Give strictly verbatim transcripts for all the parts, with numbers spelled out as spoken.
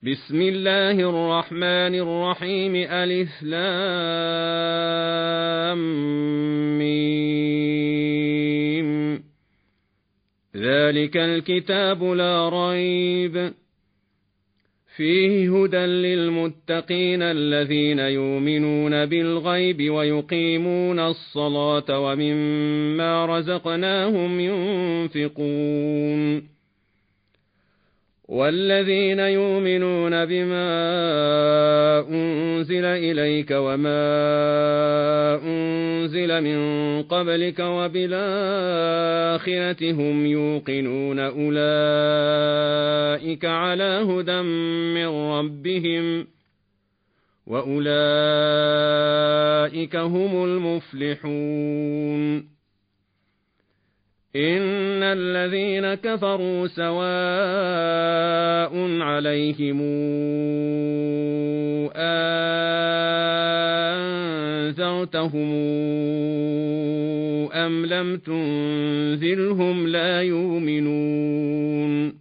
بسم الله الرحمن الرحيم ألف لام ميم ذلك الكتاب لا ريب فيه هدى للمتقين الذين يؤمنون بالغيب ويقيمون الصلاة ومما رزقناهم ينفقون والذين يؤمنون بما أنزل إليك وما أنزل من قبلك وبالآخرة هم يوقنون أولئك على هدى من ربهم وأولئك هم المفلحون إن الذين كفروا سواء عليهم أنذرتهم أم لم تنذرهم لا يؤمنون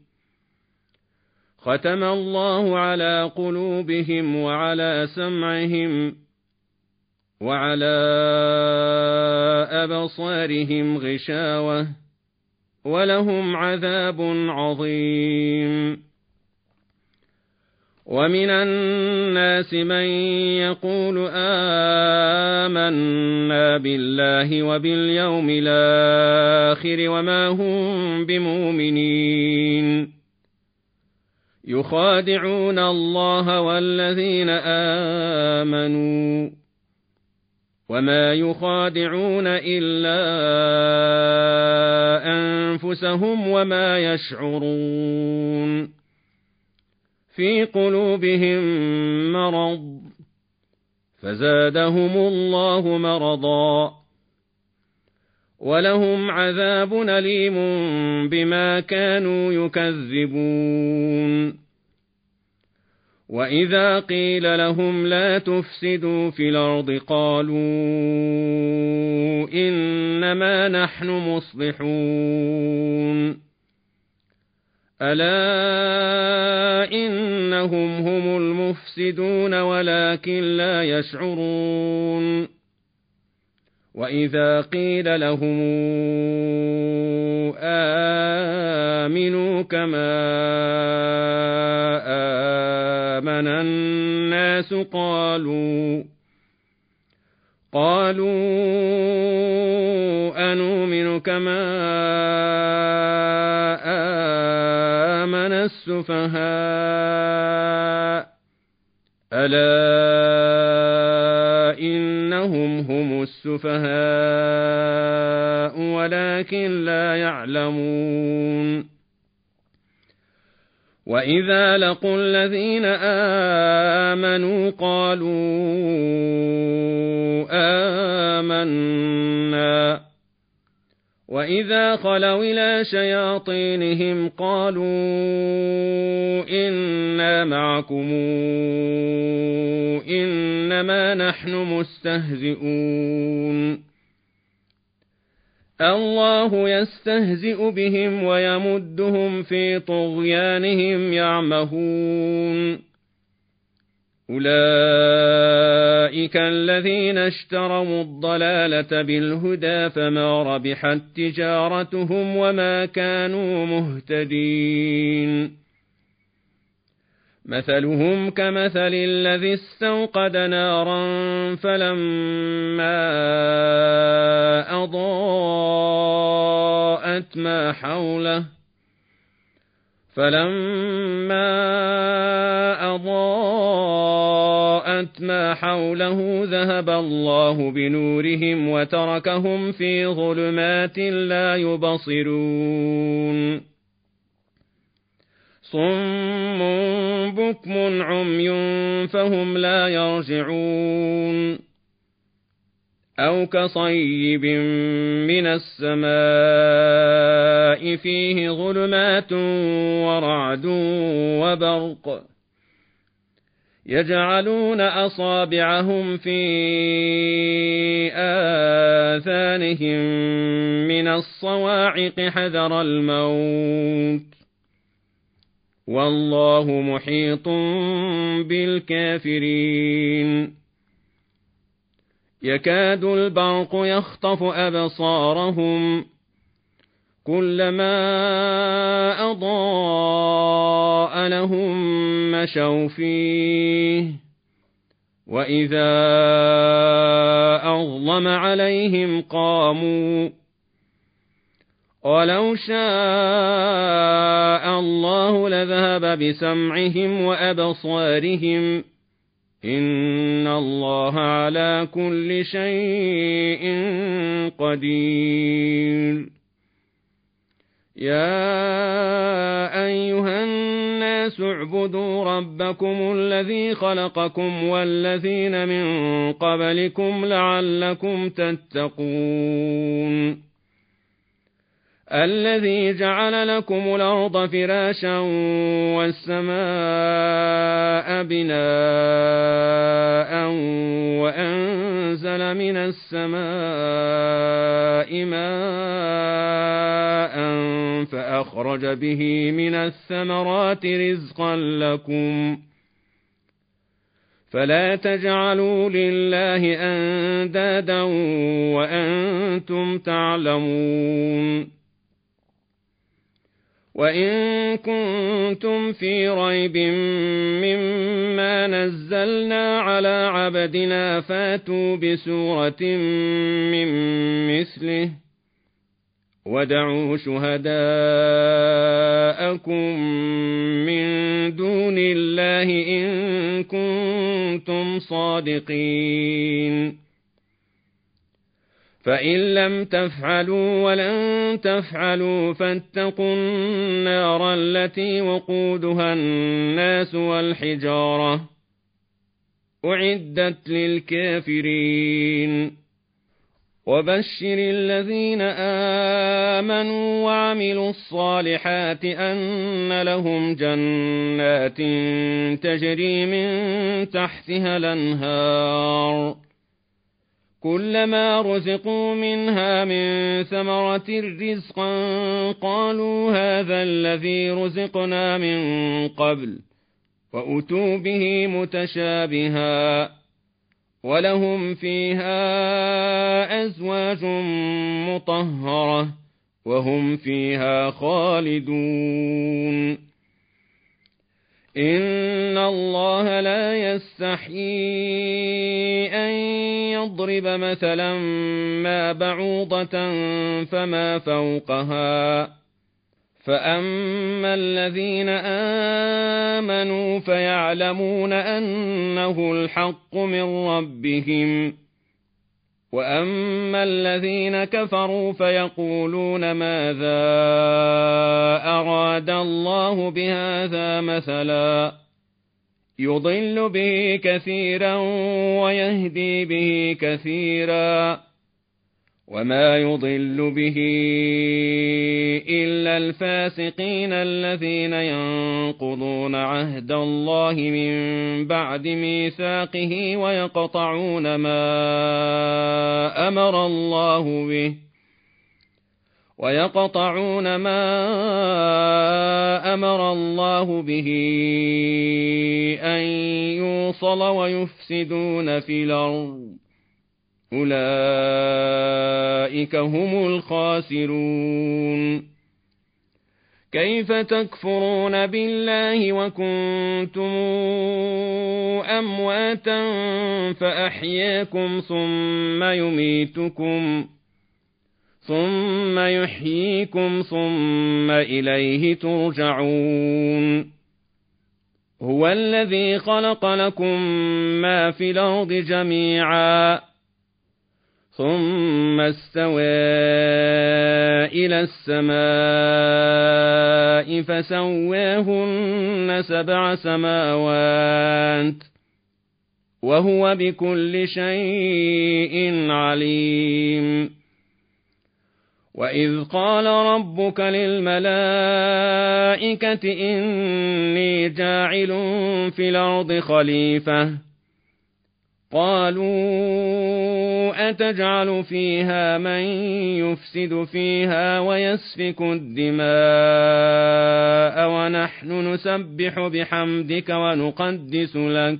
ختم الله على قلوبهم وعلى سمعهم وعلى أبصارهم غشاوة ولهم عذاب عظيم ومن الناس من يقول آمنا بالله وباليوم الآخر وما هم بمؤمنين يخادعون الله والذين آمنوا وما يخادعون إلا أنفسهم وما يشعرون في قلوبهم مرض فزادهم الله مرضا ولهم عذاب أليم بما كانوا يكذبون وإذا قيل لهم لا تفسدوا في الأرض قالوا إنما نحن مصلحون ألا إنهم هم المفسدون ولكن لا يشعرون وإذا قيل لهم آمنوا كما آمن الناس قالوا قالوا أنؤمن كما آمن السفهاء ألا إنهم هم السفهاء ولكن لا يعلمون وإذا لقوا الذين آمنوا قالوا آمنا وإذا خلوا إلى شياطينهم قالوا إنا معكم إنما نحن مستهزئون الله يستهزئ بهم ويمدهم في طغيانهم يعمهون أولئك الذين اشتروا الضلالة بالهدى فما ربحت تجارتهم وما كانوا مهتدين مثلهم كمثل الذي استوقد نارا فلما أضاءت ما حوله فلما أضاءت ما حوله ذهب الله بنورهم وتركهم في ظلمات لا يبصرون صم بكم عمي فهم لا يرجعون أو كصيب من السماء فيه ظلمات ورعد وبرق يجعلون أصابعهم في آذانهم من الصواعق حذر الموت والله محيط بالكافرين يكاد البرق يخطف أبصارهم كلما أضاء لهم مشوا فيه وإذا أظلم عليهم قاموا ولو شاء الله لذهب بسمعهم وأبصارهم إن الله على كل شيء قدير يا أيها الناس اعبدوا ربكم الذي خلقكم والذين من قبلكم لعلكم تتقون الذي جعل لكم الأرض فراشا والسماء بناء وأنزل من السماء ماء فأخرج به من الثمرات رزقا لكم فلا تجعلوا لله أندادا وأنتم تعلمون وإن كنتم في ريب مما نزلنا على عبدنا فاتوا بسورة من مثله ودعوا شهداءكم من دون الله إن كنتم صادقين فإن لم تفعلوا ولن تفعلوا فاتقوا النار التي وقودها الناس والحجارة أعدت للكافرين وبشر الذين آمنوا وعملوا الصالحات أن لهم جنات تجري من تحتها الأنهار كلما رزقوا منها من ثمرة رزقا قالوا هذا الذي رزقنا من قبل وأتوا به متشابها ولهم فيها أزواج مطهرة وهم فيها خالدون إن الله لا يستحيي أن يضرب مثلا ما بعوضة فما فوقها فأما الذين آمنوا فيعلمون أنه الحق من ربهم وأما الذين كفروا فيقولون ماذا أراد الله بهذا مثلا يضل به كثيرا ويهدي به كثيرا وما يضل به إلا الفاسقين الذين ينقضون عهد الله من بعد ميثاقه ويقطعون ما أمر الله به ويقطعون ما أمر الله به أن يوصل ويفسدون في الأرض أولئك هم الخاسرون كيف تكفرون بالله وكنتم أمواتا فأحياكم ثم يميتكم ثم يحييكم ثم إليه ترجعون هو الذي خلق لكم ما في الأرض جميعا ثم استوى إلى السماء فسواهن سبع سماوات وهو بكل شيء عليم وإذ قال ربك للملائكة إني جاعل في الأرض خليفة قالوا أتجعل فيها من يفسد فيها ويسفك الدماء ونحن نسبح بحمدك ونقدس لك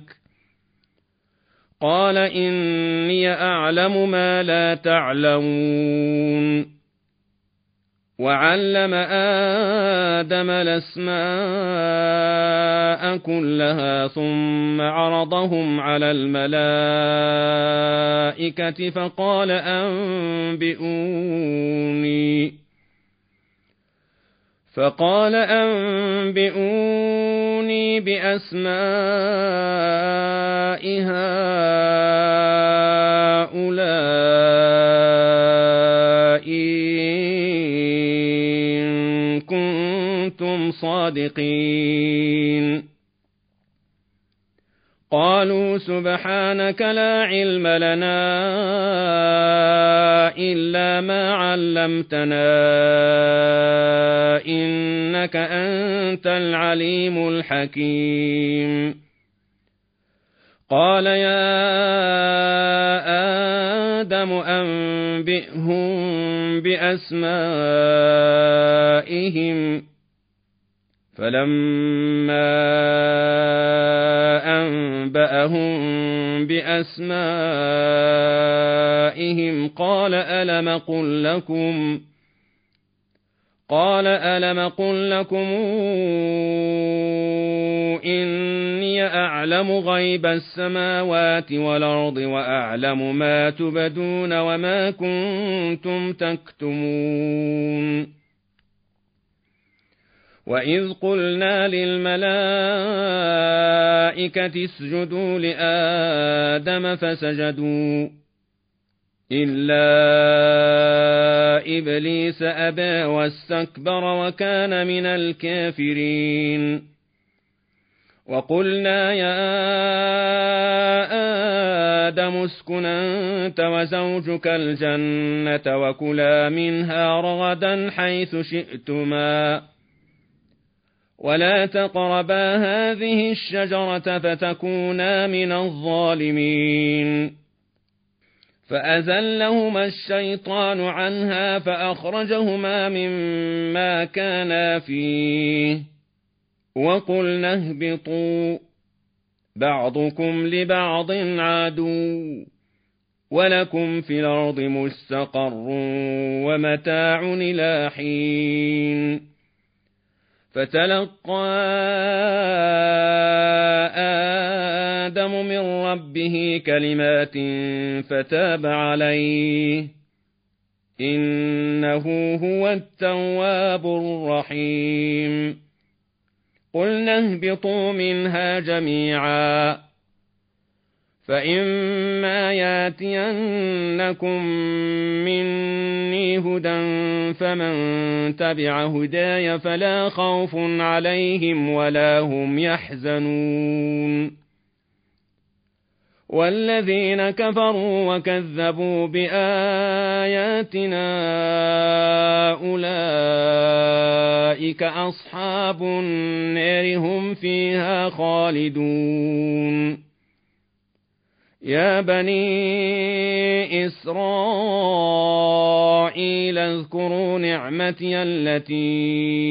قال إني أعلم ما لا تعلمون وعلم آدم الأسماء كلها ثم عرضهم على الملائكة فقال أنبئوني فقال أنبئوني بأسماء هؤلاء إن كنتم صادقين قالوا سبحانك لا علم لنا إلا ما علمتنا إنك أنت العليم الحكيم قال يا آدم أنبئهم بأسمائهم فلما أنبأهم بأسمائهم قال ألم قل لكم قال ألم قل لكم إني أعلم غيب السماوات والأرض وأعلم ما تبدون وما كنتم تكتمون وإذ قلنا للملائكة اسجدوا لآدم فسجدوا إلا إبليس أبى واستكبر وكان من الكافرين وقلنا يا آدم اسكن أنت وزوجك الجنة وكلا منها رغدا حيث شئتما ولا تقربا هذه الشجرة فتكونا من الظالمين فأزلهما الشيطان عنها فأخرجهما مما كانا فيه وقلنا اهبطوا بعضكم لبعض عدو ولكم في الأرض مستقر ومتاع إلى حين فتلقى آدم من ربه كلمات فتاب عليه إنه هو التواب الرحيم قلنا اهبطوا منها جميعا فإما ياتينكم مني هدى فمن تبع هداي فلا خوف عليهم ولا هم يحزنون والذين كفروا وكذبوا بآياتنا أولئك أصحاب النار هم فيها خالدون يا بني إسرائيل اذكروا نعمتي التي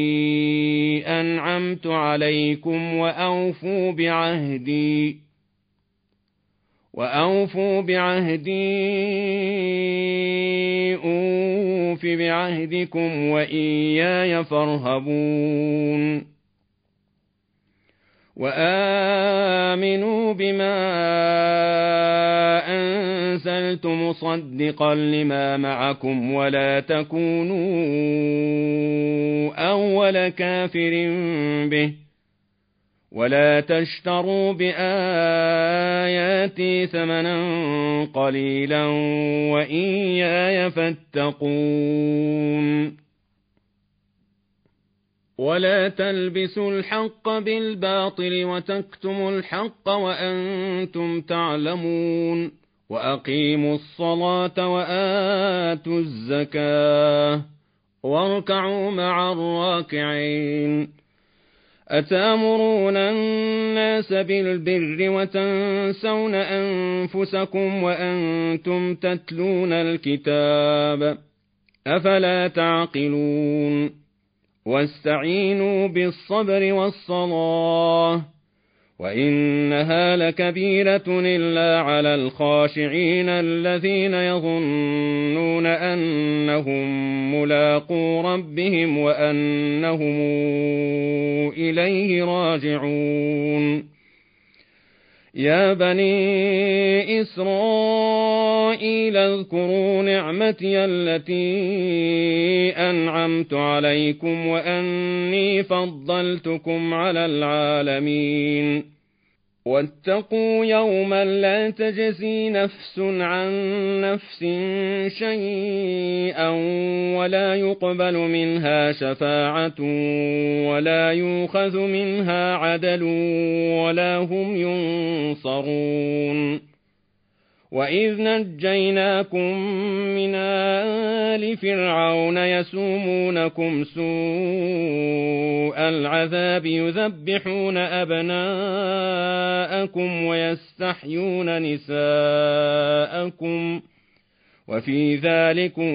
أنعمت عليكم وأوفوا بعهدي وأوفوا بعهدي أوف بعهدكم وإياي فارهبون وآمنوا بما أنزلت مصدقا لما معكم ولا تكونوا أول كافر به ولا تشتروا بآياتي ثمنا قليلا وإياي فاتقون ولا تلبسوا الحق بالباطل وتكتموا الحق وأنتم تعلمون وأقيموا الصلاة وآتوا الزكاة واركعوا مع الراكعين أتأمرون الناس بالبر وتنسون أنفسكم وأنتم تتلون الكتاب أفلا تعقلون واستعينوا بالصبر والصلاة وإنها لكبيرة إلا على الخاشعين الذين يظنون أنهم ملاقو ربهم وأنهم إليه راجعون يا بني إسرائيل اذكروا نعمتي التي أنعمت عليكم وأني فضلتكم على العالمين واتقوا يوما لا تجزي نفس عن نفس شيئا ولا يقبل منها شفاعة ولا يؤخذ منها عدل ولا هم ينصرون وإذ نجيناكم من آل فرعون يسومونكم سوء العذاب يذبحون أبناءكم ويستحيون نساءكم وفي ذلكم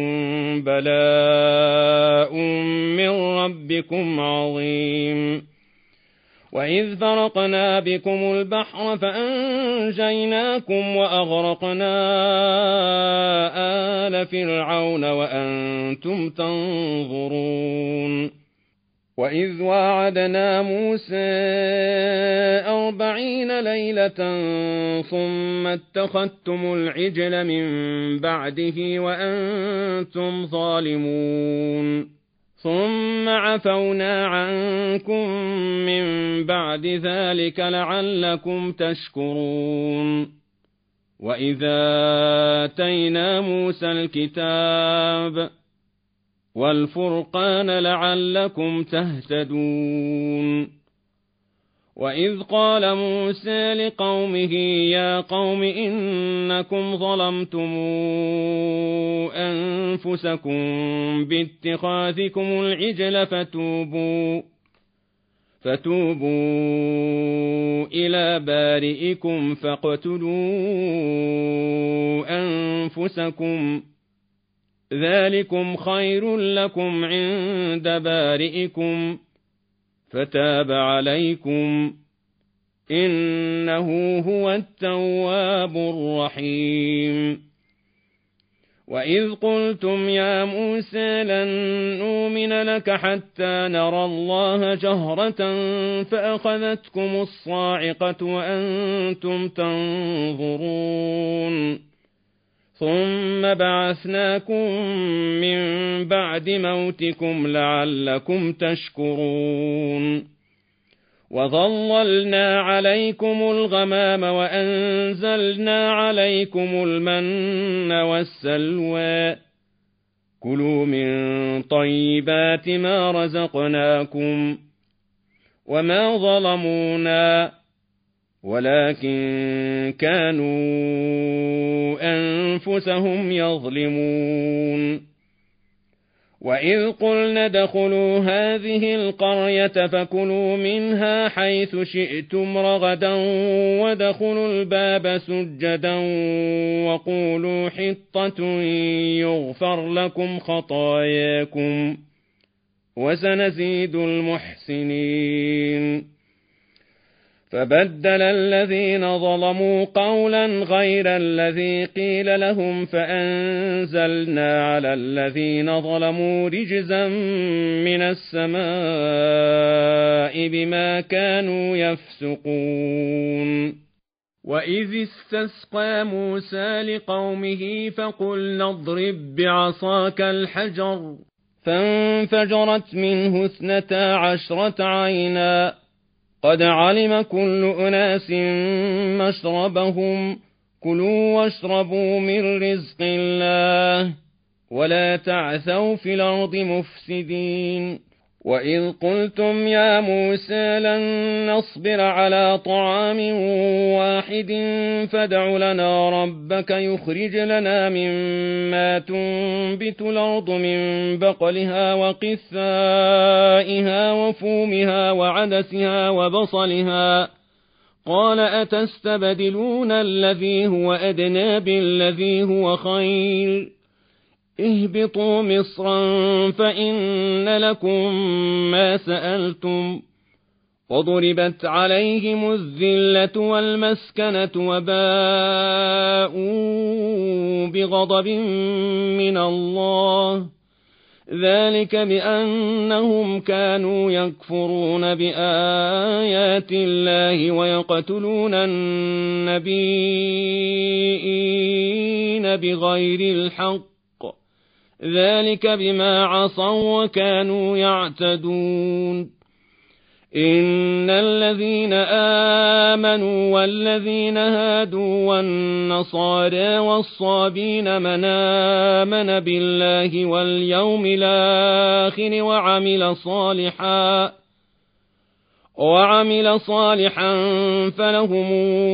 بلاء من ربكم عظيم وإذ فرقنا بكم البحر فأنجيناكم وأغرقنا آل فرعون وأنتم تنظرون وإذ واعدنا موسى أربعين ليلة ثم اتخذتم العجل من بعده وأنتم ظالمون ثم عفونا عنكم من بعد ذلك لعلكم تشكرون وإذا آتينا موسى الكتاب والفرقان لعلكم تهتدون وإذ قال موسى لقومه يا قوم إنكم ظلمتم أنفسكم باتخاذكم العجل فتوبوا فتوبوا إلى بارئكم فاقتلوا أنفسكم ذلكم خير لكم عند بارئكم فتاب عليكم إنه هو التواب الرحيم وإذ قلتم يا موسى لن نؤمن لك حتى نرى الله جهرة فأخذتكم الصاعقة وأنتم تنظرون ثم بعثناكم من بعد موتكم لعلكم تشكرون وظللنا عليكم الغمام وأنزلنا عليكم المن والسلوى كلوا من طيبات ما رزقناكم وما ظلمونا ولكن كانوا أنفسهم يظلمون وإذ قلنا ادخلوا هذه القرية فكلوا منها حيث شئتم رغدا وادخلوا الباب سجدا وقولوا حطة يغفر لكم خطاياكم وسنزيد المحسنين فبدل الذين ظلموا قولا غير الذي قيل لهم فأنزلنا على الذين ظلموا رجزا من السماء بما كانوا يفسقون وإذ استسقى موسى لقومه فقلنا اضرب بعصاك الحجر فانفجرت منه اثنتا عشرة عينا قد علم كل أناس مشربهم كلوا واشربوا من رزق الله ولا تعثوا في الأرض مفسدين وإذ قلتم يا موسى لن نصبر على طعام واحد فادع لنا ربك يخرج لنا مما تنبت الأرض من بقلها وقثائها وفومها وعدسها وبصلها قال أتستبدلون الذي هو أدنى بالذي هو خير اهبطوا مصرا فإن لكم ما سألتم وضربت عليهم الذلة والمسكنة وباءوا بغضب من الله ذلك بأنهم كانوا يكفرون بآيات الله ويقتلون النبيين بغير الحق ذلك بما عصوا وكانوا يعتدون إن الذين آمنوا والذين هادوا والنصارى والصابين من آمن بالله واليوم الآخر وعمل صالحا وعمل صالحا فلهم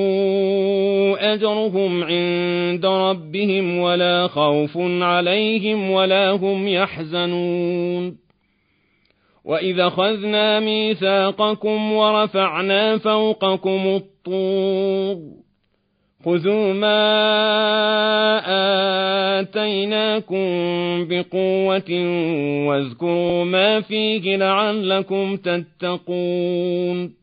أجرهم عند ربهم ولا خوف عليهم ولا هم يحزنون وإذا أخذنا ميثاقكم ورفعنا فوقكم الطور خذوا ما آتيناكم بقوة واذكروا ما فيه لعلكم تتقون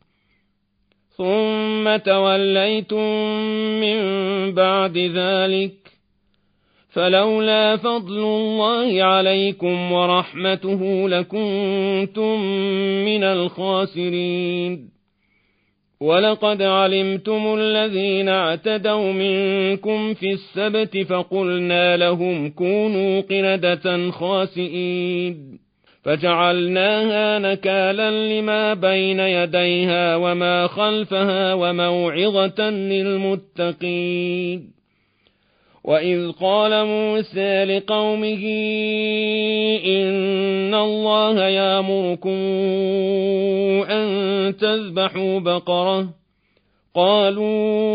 ثم توليتم من بعد ذلك فلولا فضل الله عليكم ورحمته لكنتم من الخاسرين ولقد علمتم الذين اعتدوا منكم في السبت فقلنا لهم كونوا قردة خاسئين فجعلناها نكالا لما بين يديها وما خلفها وموعظة للمتقين وإذ قال موسى لقومه إن الله يأمركم أن تذبحوا بقرة قالوا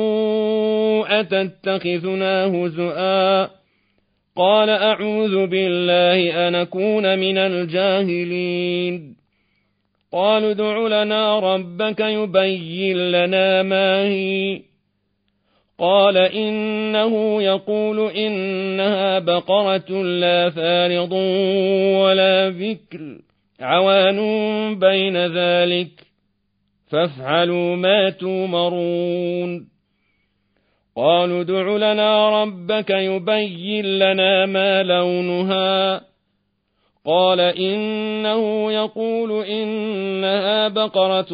أتتخذنا هزؤا قال أعوذ بالله أن أكون من الجاهلين قالوا ادع لنا ربك يبين لنا ما هي قال إنه يقول إنها بقرة لا فارض ولا بكر عوان بين ذلك فافعلوا ما تؤمرون قالوا ادع لنا ربك يبين لنا ما لونها قال إنه يقول إنها بقرة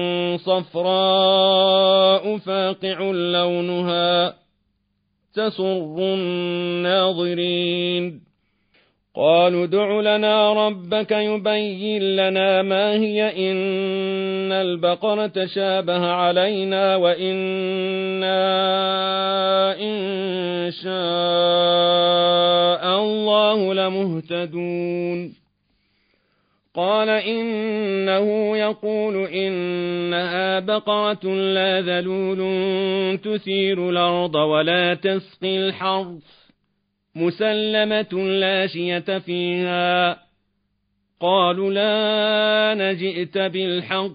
صفراء فاقع لونها تسر الناظرين قالوا ادع لنا ربك يبين لنا ما هي إن البقرة شابه علينا وإنا إن شاء الله لمهتدون قال إنه يقول إنها بقرة لا ذلول تثير الأرض ولا تسقي الحرث مسلمة لا شية فيها قالوا لا نجئت بالحق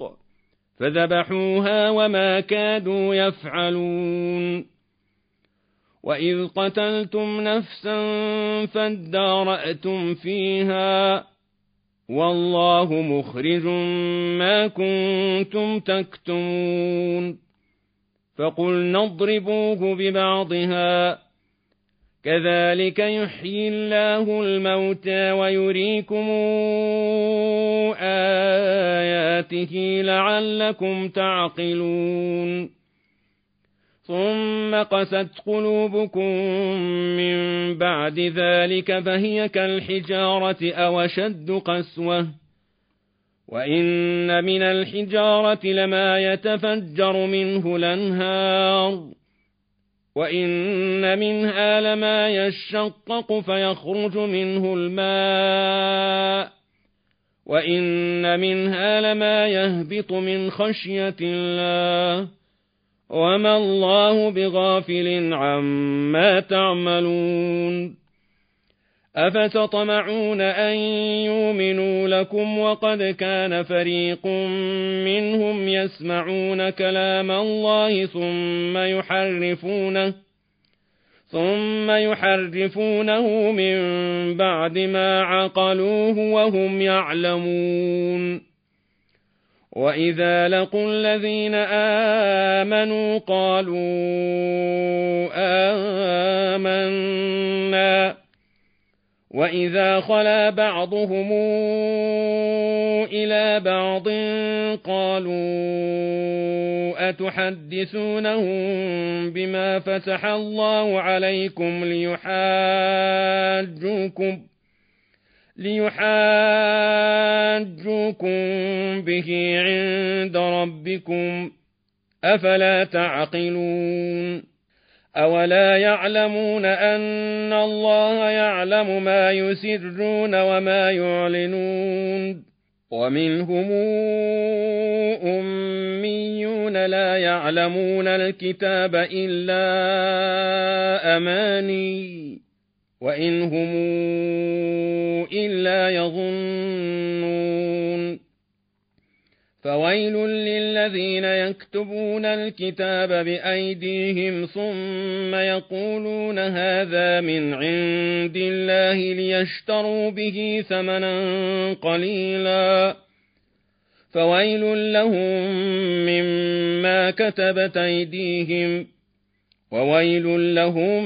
فذبحوها وما كادوا يفعلون وإذ قتلتم نفسا فادارأتم فيها والله مخرج ما كنتم تكتمون فقلنا اضربوه ببعضها كذلك يحيي الله الموتى ويريكم آياته لعلكم تعقلون ثم قست قلوبكم من بعد ذلك فهي كالحجارة أو أشد قسوة وإن من الحجارة لما يتفجر منه الأنهار وإن منها لما يشقق فيخرج منه الماء وإن منها لما يهبط من خشية الله وما الله بغافل عما تعملون أفتطمعون أن يؤمنوا لكم وقد كان فريق منهم يسمعون كلام الله ثم يحرفونه ثم يحرفونه من بعد ما عقلوه وهم يعلمون وإذا لقوا الذين آمنوا قالوا آمنا وإذا خلا بعضهم إلى بعض قالوا أتحدثونهم بما فتح الله عليكم ليحاجوكم ليحاجوكم به عند ربكم أفلا تعقلون أولا يعلمون أن الله يعلم ما يسرون وما يعلنون ومنهم أميون لا يعلمون الكتاب إلا أماني وإن هم إلا يظنون فويل للذين يكتبون الكتاب بأيديهم ثم يقولون هذا من عند الله ليشتروا به ثمنا قليلا فويل لهم مما كتبت أيديهم وويل لهم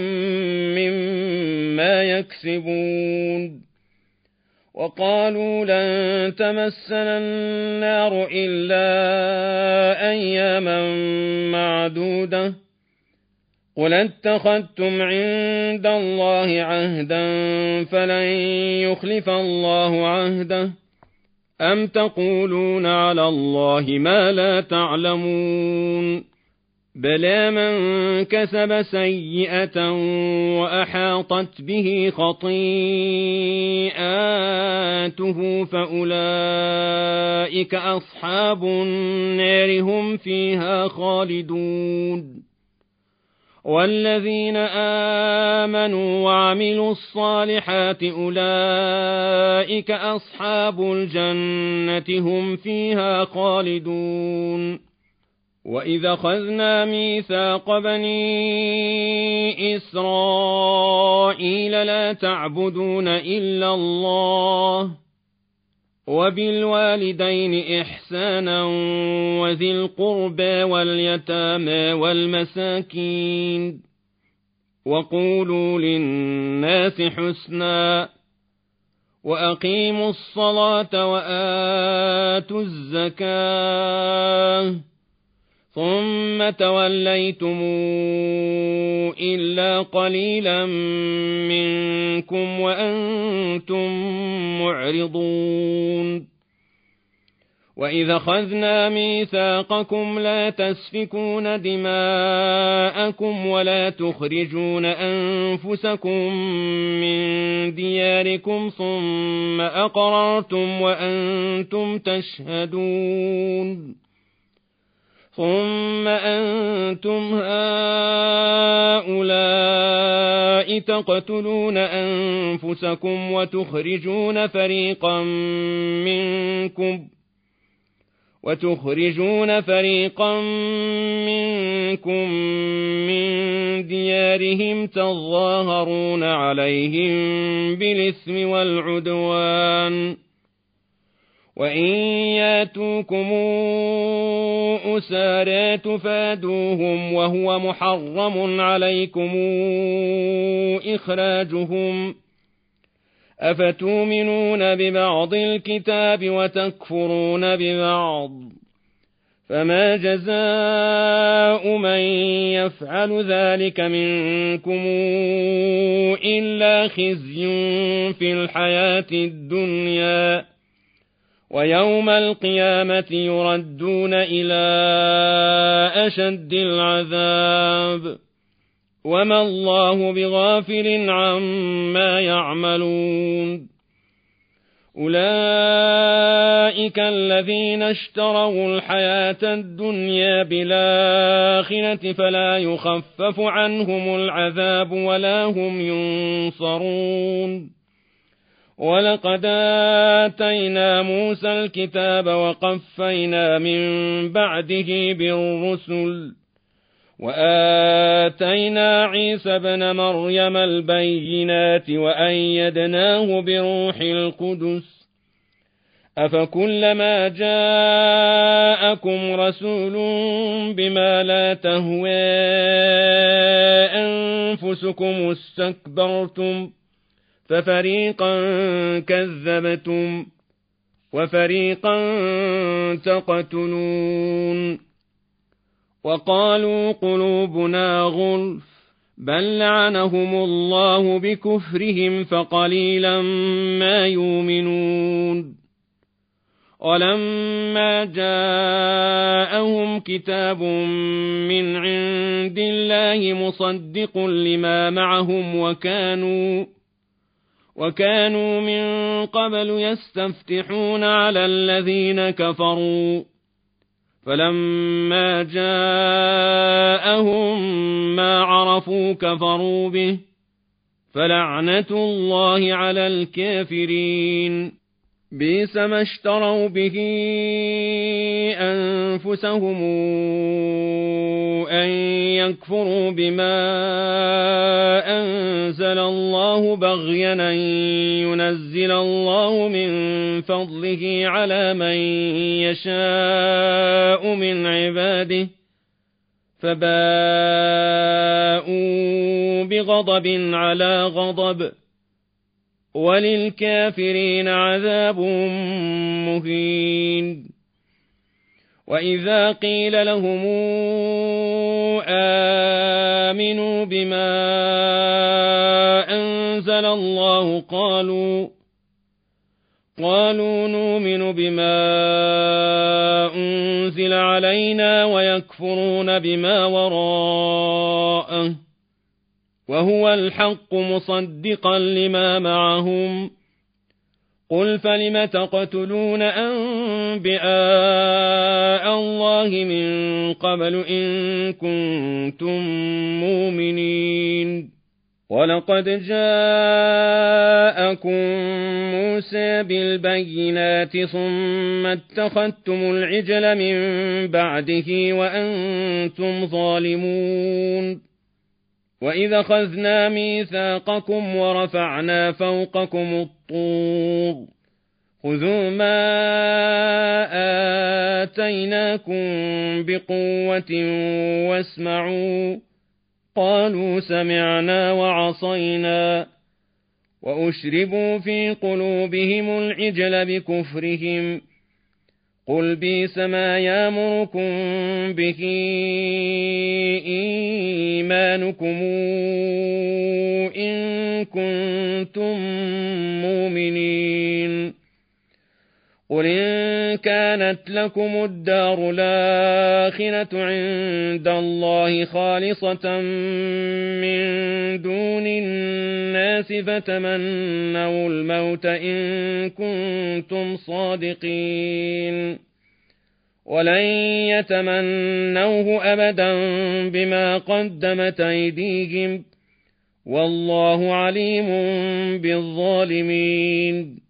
مما يكسبون وقالوا لن تمسنا النار إلا أياما معدودة قل اتخذتم عند الله عهدا فلن يخلف الله عهده أم تقولون على الله ما لا تعلمون بلى من كسب سيئة وأحاطت به خطيئاته فأولئك أصحاب النار هم فيها خالدون والذين آمنوا وعملوا الصالحات أولئك أصحاب الجنة هم فيها خالدون وإذا أخذنا ميثاق بني إسرائيل لا تعبدون إلا الله وبالوالدين إحسانا وذي القربى واليتامى والمساكين وقولوا للناس حسنا وأقيموا الصلاة وآتوا الزكاة ثم توليتم إلا قليلا منكم وأنتم معرضون وإذا أخذنا ميثاقكم لا تسفكون دماءكم ولا تخرجون أنفسكم من دياركم ثم أقررتم وأنتم تشهدون ثم أنتم هؤلاء تقتلون أنفسكم وتخرجون فريقا منكم وتخرجون فريقا منكم من ديارهم تظاهرون عليهم بالإثم والعدوان وإن ياتوكم أسارى تفادوهم وهو محرم عليكم إخراجهم أفتؤمنون ببعض الكتاب وتكفرون ببعض فما جزاء من يفعل ذلك منكم إلا خزي في الحياة الدنيا ويوم القيامة يردون إلى أشد العذاب وما الله بغافل عما يعملون أولئك الذين اشتروا الحياة الدنيا بالآخرة فلا يخفف عنهم العذاب ولا هم ينصرون. ولقد آتينا موسى الكتاب وقفينا من بعده بالرسل وآتينا عيسى ابن مريم البينات وأيدناه بروح القدس أفكلما جاءكم رسول بما لا تهوى أنفسكم استكبرتم ففريقا كذبتم وفريقا تقتلون. وقالوا قلوبنا غلف بل لعنهم الله بكفرهم فقليلا ما يؤمنون. ولما جاءهم كتاب من عند الله مصدق لما معهم وكانوا وكانوا من قبل يستفتحون على الذين كفروا فلما جاءهم ما عرفوا كفروا به فلعنة الله على الكافرين. بئس ما اشتروا به أنفسهم أن يكفروا بما أنزل الله بغيا أن ينزل الله من فضله على من يشاء من عباده فباءوا بغضب على غضب وللكافرين عذاب مهين. وإذا قيل لهم آمنوا بما أنزل الله قالوا قالوا نؤمن بما أنزل علينا ويكفرون بما وراءه وهو الحق مصدقا لما معهم. قل فلم تقتلون أنبياء الله من قبل إن كنتم مؤمنين. ولقد جاءكم موسى بالبينات ثم اتخذتم العجل من بعده وأنتم ظالمون. وإذا أخذنا ميثاقكم ورفعنا فوقكم الطور خذوا ما آتيناكم بقوة واسمعوا قالوا سمعنا وعصينا وأشربوا في قلوبهم العجل بكفرهم. قل بئس ما يأمركم به إيمانكم إن كنتم مؤمنين. قل إن كانت لكم الدار الآخرة عند الله خالصة من دون الناس فتمنوا الموت إن كنتم صادقين ولن يتمنوه أبدا بما قدمت أيديهم والله عليم بالظالمين.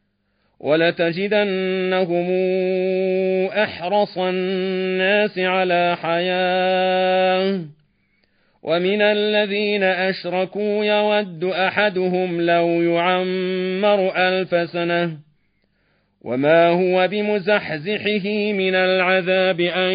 ولتجدنهم أحرص الناس على حياة ومن الذين أشركوا يود أحدهم لو يعمر ألف سنة وما هو بمزحزحه من العذاب أن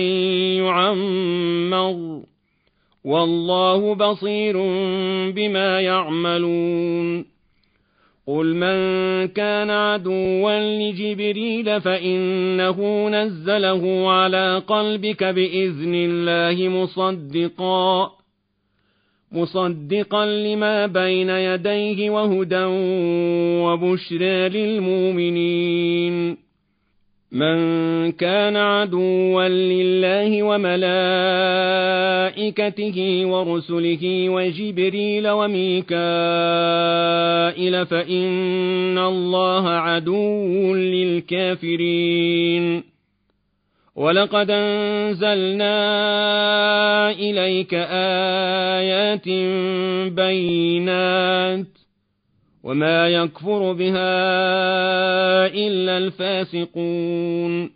يعمر والله بصير بما يعملون. قل من كان عدوا لجبريل فإنه نزله على قلبك بإذن الله مصدقا مصدقا لما بين يديه وهدى وبشرى للمؤمنين. من كان عدوا لله وملائكته وملائكته ورسله وجبريل وميكائيل فإن الله عدو للكافرين ولقد أنزلنا إليك آيات بينات وما يكفر بها إلا الفاسقون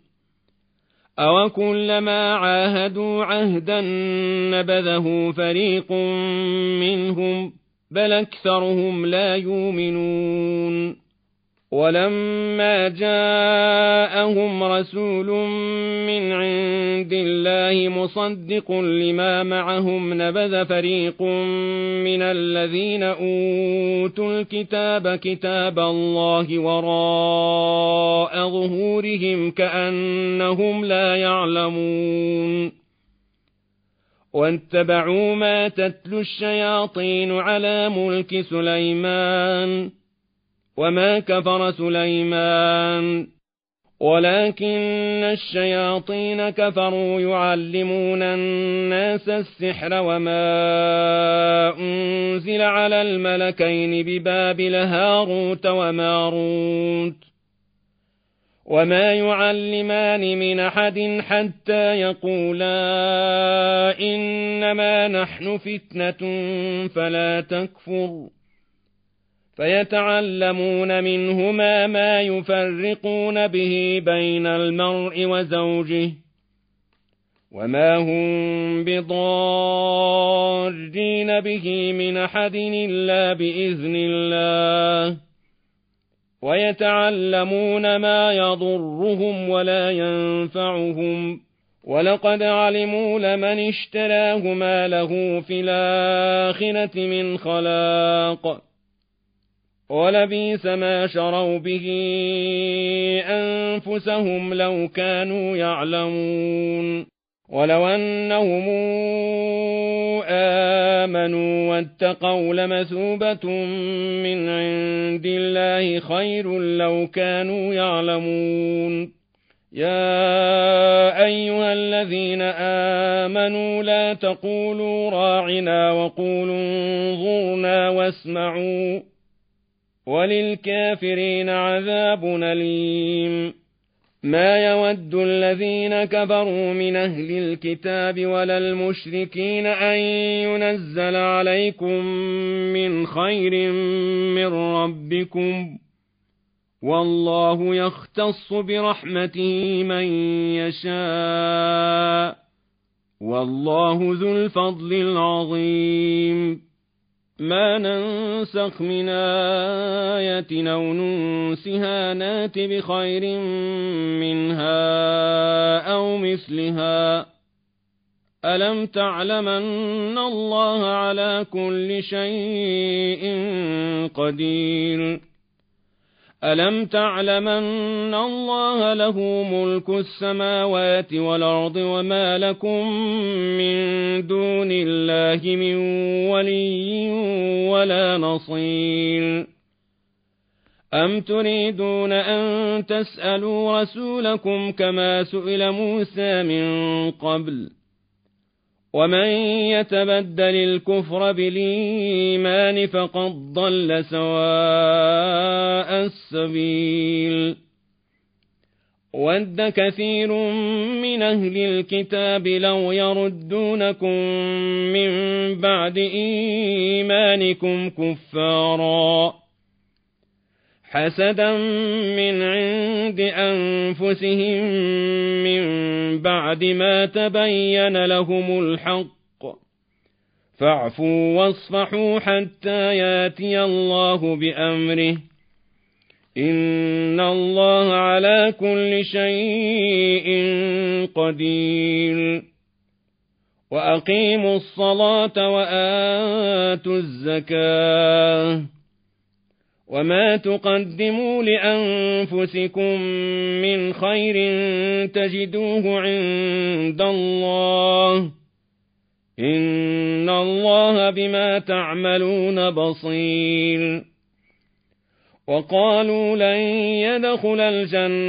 أوكلما عاهدوا عهدا نبذه فريق منهم بل أكثرهم لا يؤمنون ولما جاءهم رسول من عند الله مصدق لما معهم نبذ فريق من الذين أوتوا الكتاب كتاب الله وراء ظهورهم كأنهم لا يعلمون واتبعوا ما تتلو الشياطين على ملك سليمان وما كفر سليمان ولكن الشياطين كفروا يعلمون الناس السحر وما أنزل على الملكين ببابل هاروت وماروت وما يعلمان من أحد حتى يقولا إنما نحن فتنة فلا تكفر فيتعلمون منهما ما يفرقون به بين المرء وزوجه وما هم بضارين به من أحد إلا بإذن الله ويتعلمون ما يضرهم ولا ينفعهم ولقد علموا لمن اشتراه ما له في الآخرة من خلاق ولبئس ما شروا به أنفسهم لو كانوا يعلمون ولو أنهم آمنوا واتقوا لمثوبة من عند الله خير لو كانوا يعلمون يا أيها الذين آمنوا لا تقولوا راعنا وقولوا انظرنا واسمعوا وللكافرين عذاب أليم ما يود الذين كفروا من أهل الكتاب ولا المشركين أن ينزل عليكم من خير من ربكم والله يختص برحمته من يشاء والله ذو الفضل العظيم ما ننسخ من آية أو ننسها نات بخير منها أو مثلها ألم تعلم أن الله على كل شيء قدير ألم تعلم أن الله له ملك السماوات والأرض وما لكم من دون الله من ولي ولا نصير أم تريدون أن تسألوا رسولكم كما سئل موسى من قبل ومن يتبدل الكفر بالإيمان فقد ضل سواء السبيل ود كثير من أهل الكتاب لو يردونكم من بعد إيمانكم كفارا حسدا من عند أنفسهم من بعد ما تبين لهم الحق فاعفوا واصفحوا حتى ياتي الله بأمره إن الله على كل شيء قدير وأقيموا الصلاة وآتوا الزكاة وما تقدموا لأنفسكم من خير تجدوه عند الله إن الله بما تعملون بصير وقالوا لن يدخل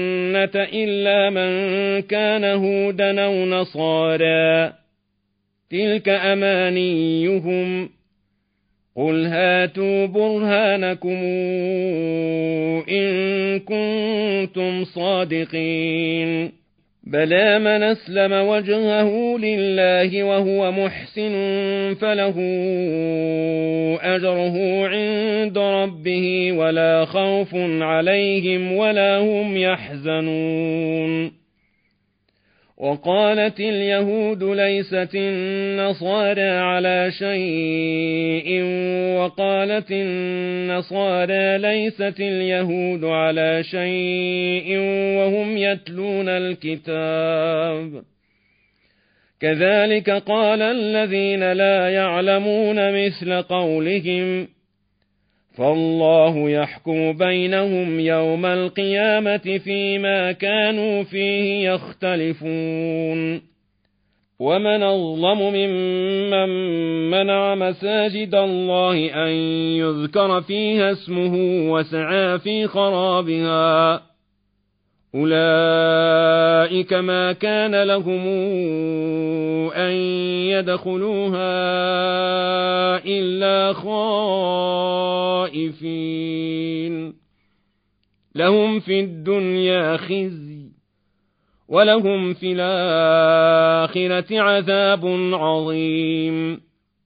الجنة إلا من كان هودا أو نصارى تلك أمانيهم قل هاتوا برهانكم إن كنتم صادقين بلى من أسلم وجهه لله وهو محسن فله أجره عند ربه ولا خوف عليهم ولا هم يحزنون وقالت اليهود ليست النصارى على شيء وقالت النصارى ليست اليهود على شيء وهم يتلون الكتاب كذلك قال الذين لا يعلمون مثل قولهم فالله يحكم بينهم يوم القيامة فيما كانوا فيه يختلفون ومن أظلم ممن منع مساجد الله أن يذكر فيها اسمه وسعى في خرابها أولئك ما كان لهم أن يدخلوها إلا خائفين لهم في الدنيا خزي ولهم في الآخرة عذاب عظيم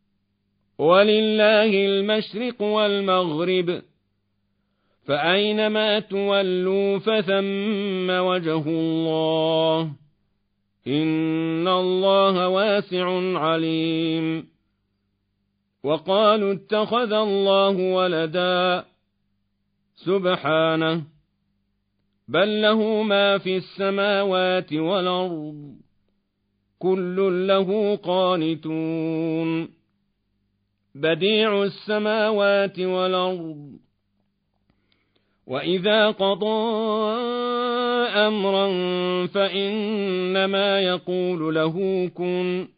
ولله المشرق والمغرب فأينما تولوا فثم وجه الله إن الله واسع عليم وقالوا اتخذ الله ولدا سبحانه بل له ما في السماوات والأرض كل له قانتون بديع السماوات والأرض وإذا قضى أمرا فإنما يقول له كن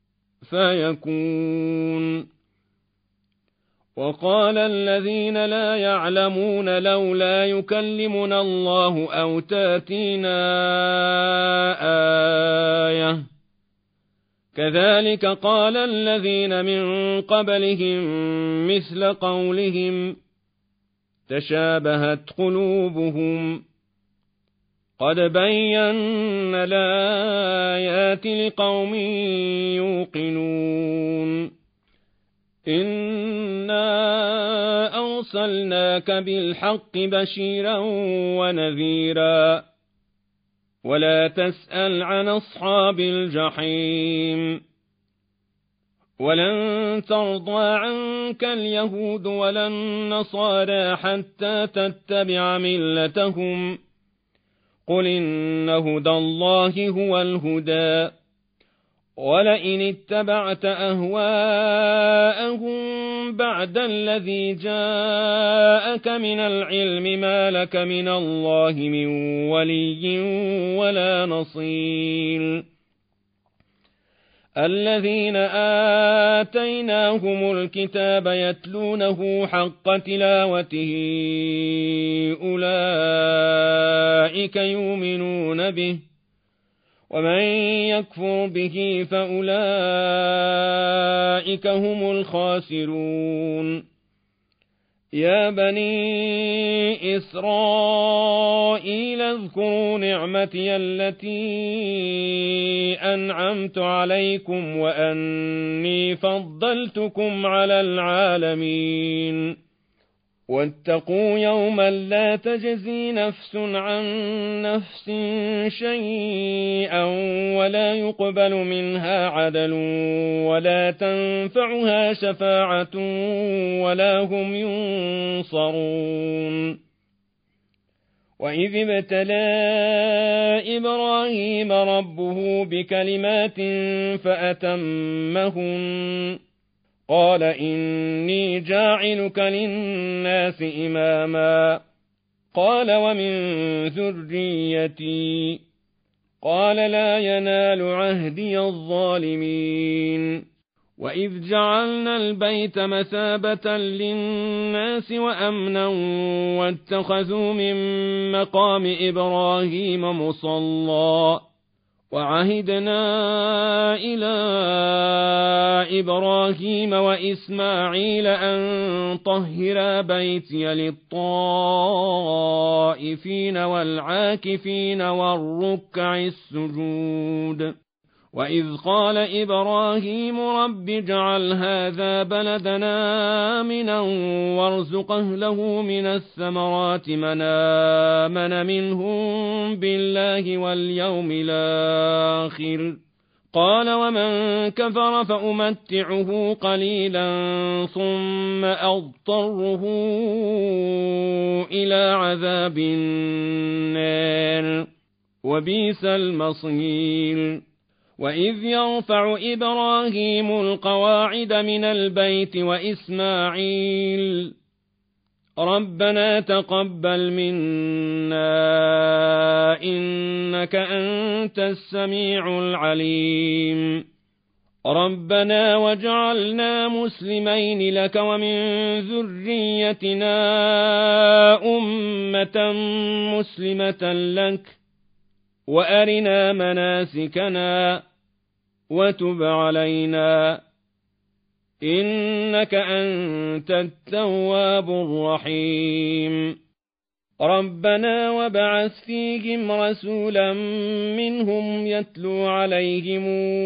فيكون وقال الذين لا يعلمون لولا يكلمنا الله أو تاتينا آية كذلك قال الذين من قبلهم مثل قولهم تشابهت قلوبهم قد بينا الآيات لقوم يوقنون إنا أرسلناك بالحق بشيرا ونذيرا ولا تسأل عن أصحاب الجحيم ولن ترضى عنك اليهود ولا النصارى حتى تتبع ملتهم قل إن هدى الله هو الهدى ولئن اتبعت أهواءهم بعد الذي جاءك من العلم ما لك من الله من ولي ولا نصير الذين آتيناهم الكتاب يتلونه حق تلاوته أولئك يؤمنون به ومن يكفر به فأولئك هم الخاسرون يا بني إسرائيل اذكروا نعمتي التي أنعمت عليكم وأني فضلتكم على العالمين واتقوا يوما لا تجزي نفس عن نفس شيئا ولا يقبل منها عدل ولا تنفعها شفاعة ولا هم ينصرون وإذ ابتلى إبراهيم ربه بكلمات فأتمهن قال إني جاعلك للناس إماما قال ومن ذريتي قال لا ينال عهدي الظالمين وإذ جعلنا البيت مثابة للناس وأمنا واتخذوا من مقام إبراهيم مصلى وعهدنا إلى إبراهيم وإسماعيل أن طهرا بيتي للطائفين والعاكفين والركع السجود وإذ قال إبراهيم رب اجعل هذا بلدنا آمنا وارزق أهله من الثمرات من آمن منهم بالله واليوم الآخر قال ومن كفر فأمتعه قليلا ثم أضطره إلى عذاب النار وبئس المصير وإذ يرفع إبراهيم القواعد من البيت وإسماعيل ربنا تقبل منا إنك أنت السميع العليم ربنا واجعلنا مسلمين لك ومن ذريتنا أمة مسلمة لك وأرنا مناسكنا وتب علينا إنك أنت التواب الرحيم ربنا وابعث فيهم رسولا منهم يتلو عليهم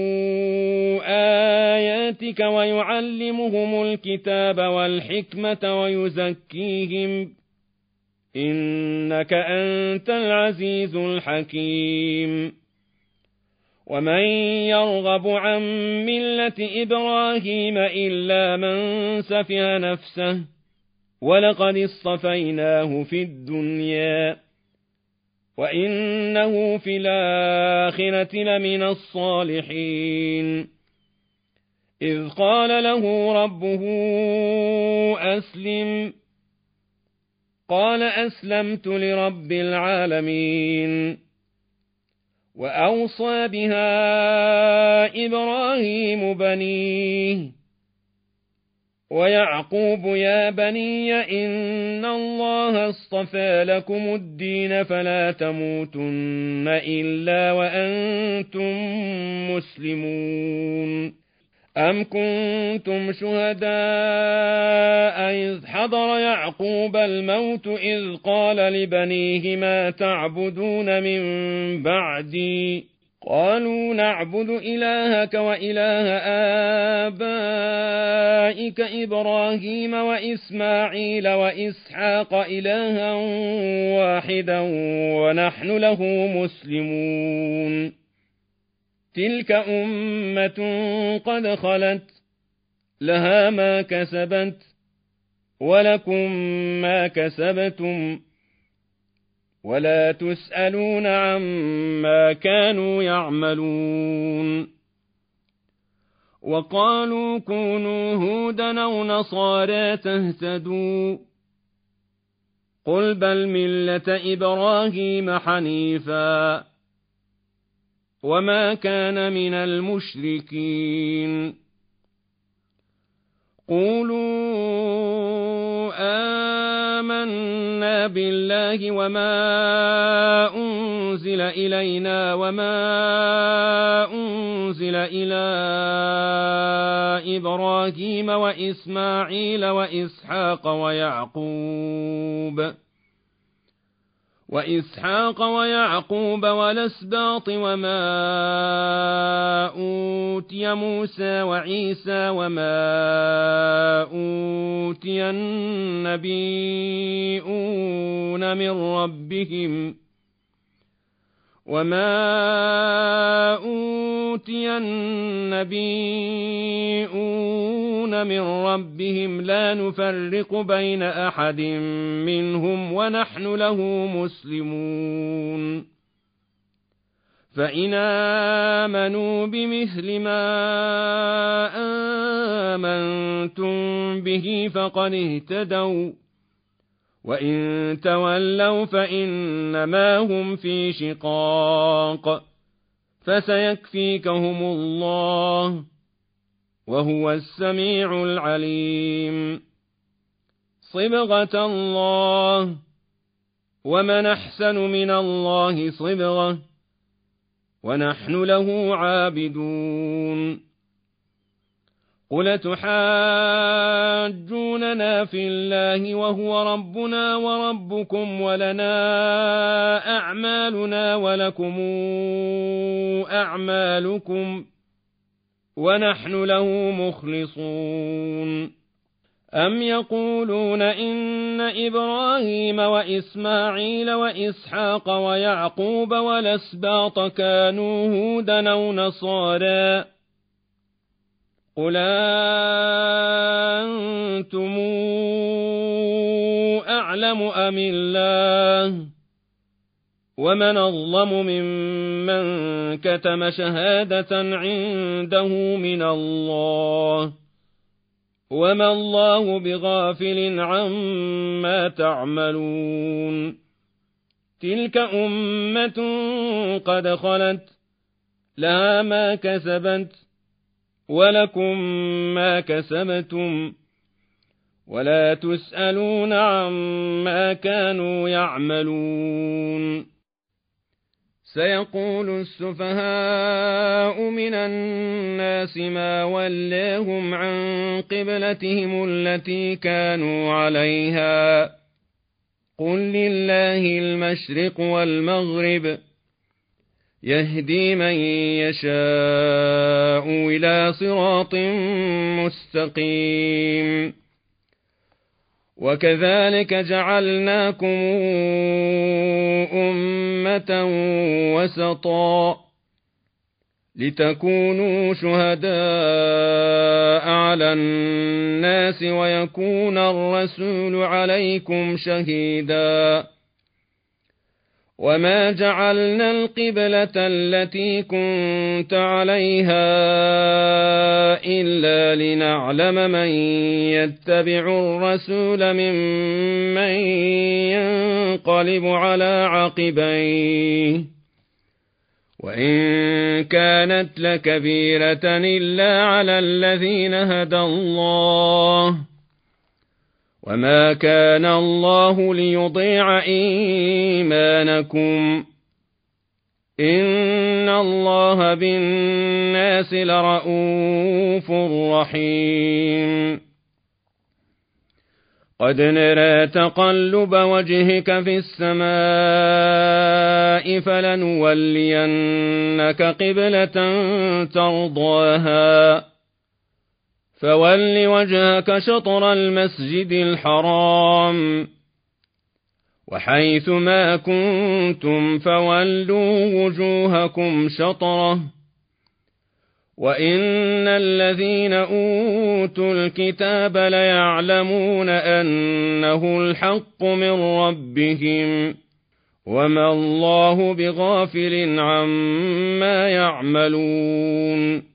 آياتك ويعلمهم الكتاب والحكمة ويزكيهم إنك أنت العزيز الحكيم ومن يرغب عن ملة إبراهيم إلا من سفه نفسه ولقد اصطفيناه في الدنيا وإنه في الآخرة لمن الصالحين إذ قال له ربه أسلم قال أسلمت لرب العالمين وأوصى بها إبراهيم بنيه ويعقوب يا بني إن الله اصطفى لكم الدين فلا تموتن إلا وأنتم مسلمون أم كنتم شهداء إذ حضر يعقوب الموت إذ قال لبنيه ما تعبدون من بعدي قالوا نعبد إلهك وإله آبائك إبراهيم وإسماعيل وإسحاق إلها واحدا ونحن له مسلمون تلك أمة قد خلت لها ما كسبت ولكم ما كسبتم ولا تسألون عما كانوا يعملون وقالوا كونوا هودا أو نصارى تهتدوا قل بل ملة إبراهيم حنيفا وما كان من المشركين قولوا آمنا بالله وما أنزل إلينا وما أنزل إلى إبراهيم وإسماعيل وإسحاق ويعقوب وإسحاق ويعقوب والأسباط وما أوتي موسى وعيسى وما أوتي النبيون من ربهم وما أوتي النبيون من ربهم لا نفرق بين أحد منهم ونحن له مسلمون فإن آمنوا بمثل ما آمنتم به فقد اهتدوا وإن تولوا فإنما هم في شقاق فسيكفيكهم الله وهو السميع العليم صبغة الله ومن أحسن من الله صبغة ونحن له عابدون قل تحاجوننا في الله وهو ربنا وربكم ولنا أعمالنا ولكم أعمالكم ونحن له مخلصون أم يقولون إن إبراهيم وإسماعيل وإسحاق ويعقوب والأسباط كانوا هودا أو نصارى قل أنتم أعلم أم الله ومن أظلم ممن كتم شهادة عنده من الله وما الله بغافل عما تعملون تلك أمة قد خلت لها ما كسبت ولكم ما كسبتم ولا تسألون عما كانوا يعملون سيقول السفهاء من الناس ما ولاهم عن قبلتهم التي كانوا عليها قل لله المشرق والمغرب يهدي من يشاء إلى صراط مستقيم وكذلك جعلناكم أمة وسطا لتكونوا شهداء على الناس ويكون الرسول عليكم شهيدا وما جعلنا القبلة التي كنت عليها إلا لنعلم من يتبع الرسول ممن ينقلب على عقبيه وإن كانت لكبيرة إلا على الذين هدى الله وما كان الله ليضيع إيمانكم إن الله بالناس لرءوف رحيم قد نرى تقلب وجهك في السماء فلنولينك قبلة ترضاها فول وجهك شطر المسجد الحرام وحيث ما كنتم فولوا وجوهكم شطره وإن الذين أوتوا الكتاب ليعلمون أنه الحق من ربهم وما الله بغافل عما يعملون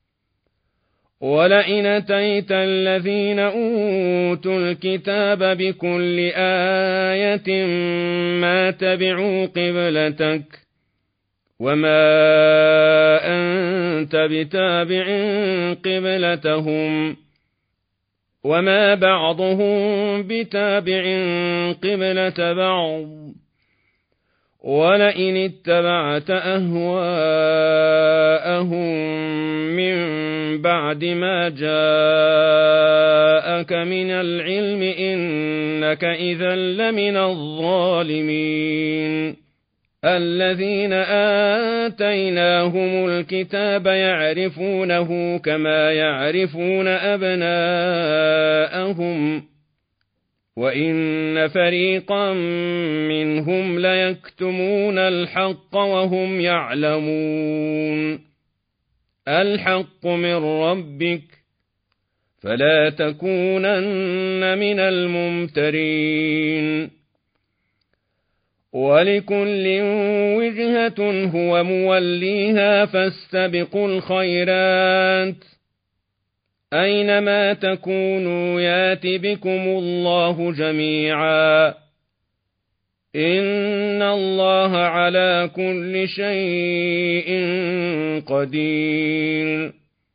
ولئن أتيت الذين أوتوا الكتاب بكل آية ما تبعوا قبلتك وما أنت بتابع قبلتهم وما بعضهم بتابع قبلة بعض ولئن اتبعت أهواءهم من بعد ما جاءك من العلم إنك إذا لمن الظالمين الذين آتيناهم الكتاب يعرفونه كما يعرفون أبناءهم وإن فريقا منهم ليكتمون الحق وهم يعلمون الحق من ربك فلا تكونن من الممترين ولكل وجهة هو موليها فاستبقوا الخيرات أينما تكونوا يات بكم الله جميعا إن الله على كل شيء قدير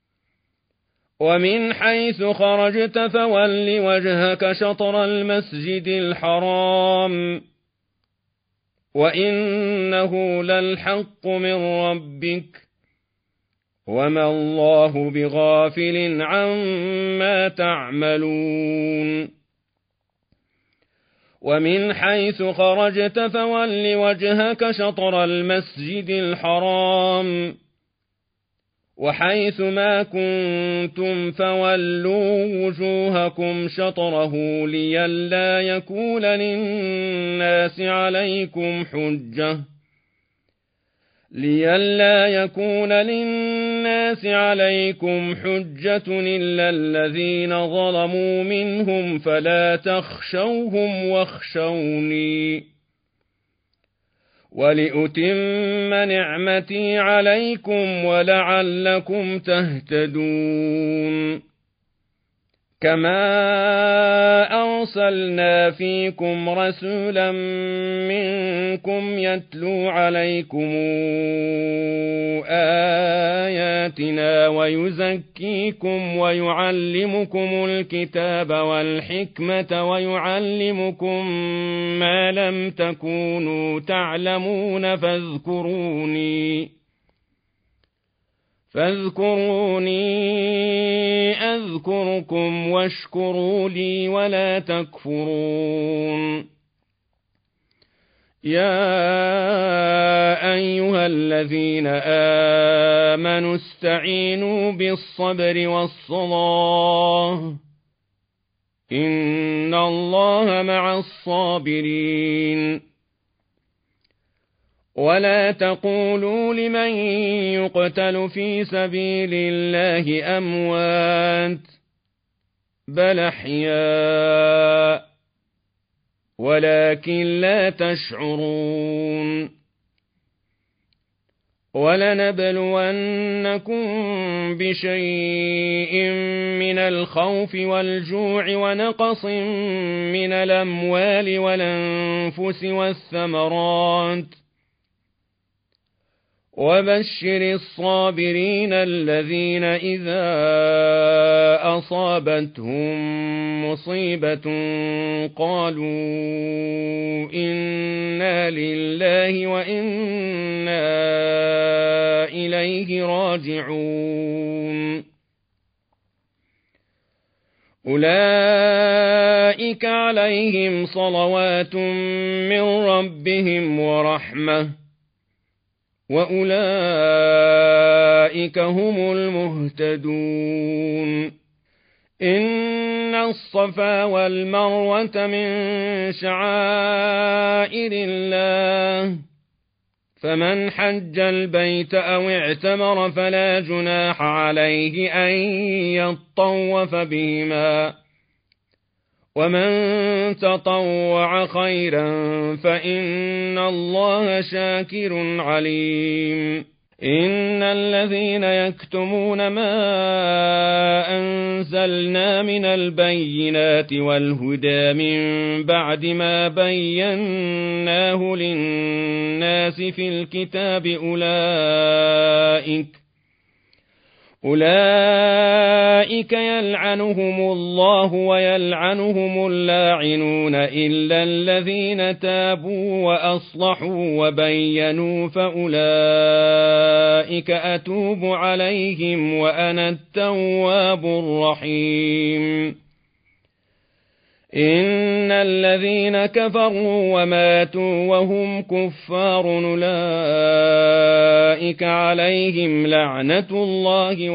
ومن حيث خرجت فول وجهك شطر المسجد الحرام وإنه للحق من ربك وما الله بغافل عما تعملون ومن حيث خرجت فول وجهك شطر المسجد الحرام وحيث ما كنتم فولوا وجوهكم شطره لئلا يكون للناس عليكم حجة لئلا يكون للناس عليكم حجة إلا الذين ظلموا منهم فلا تخشوهم واخشوني ولأتم نعمتي عليكم ولعلكم تهتدون كما أرسلنا فيكم رسولا منكم يتلو عليكم آياتنا ويزكيكم ويعلمكم الكتاب والحكمة ويعلمكم ما لم تكونوا تعلمون فاذكروني فاذكروني أذكركم واشكروا لي ولا تكفرون يا أيها الذين آمنوا استعينوا بالصبر والصلاة إن الله مع الصابرين ولا تقولوا لمن يقتل في سبيل الله أموات بل أحياء ولكن لا تشعرون ولنبلونكم بشيء من الخوف والجوع ونقص من الأموال والأنفس والثمرات وبشر الصابرين الذين إذا أصابتهم مصيبة قالوا إنا لله وإنا إليه راجعون أولئك عليهم صلوات من ربهم ورحمة وأولئك هم المهتدون إن الصفا والمروة من شعائر الله فمن حج البيت أو اعتمر فلا جناح عليه أن يطوف بهما ومن تطوع خيرا فإن الله شاكر عليم إن الذين يكتمون ما أنزلنا من البينات والهدى من بعد ما بيناه للناس في الكتاب أولئك أولئك يلعنهم الله ويلعنهم اللاعنون إلا الذين تابوا وأصلحوا وبينوا فأولئك أتوب عليهم وأنا التواب الرحيم إن الذين كفروا وماتوا وهم كفار أولئك عليهم لعنة الله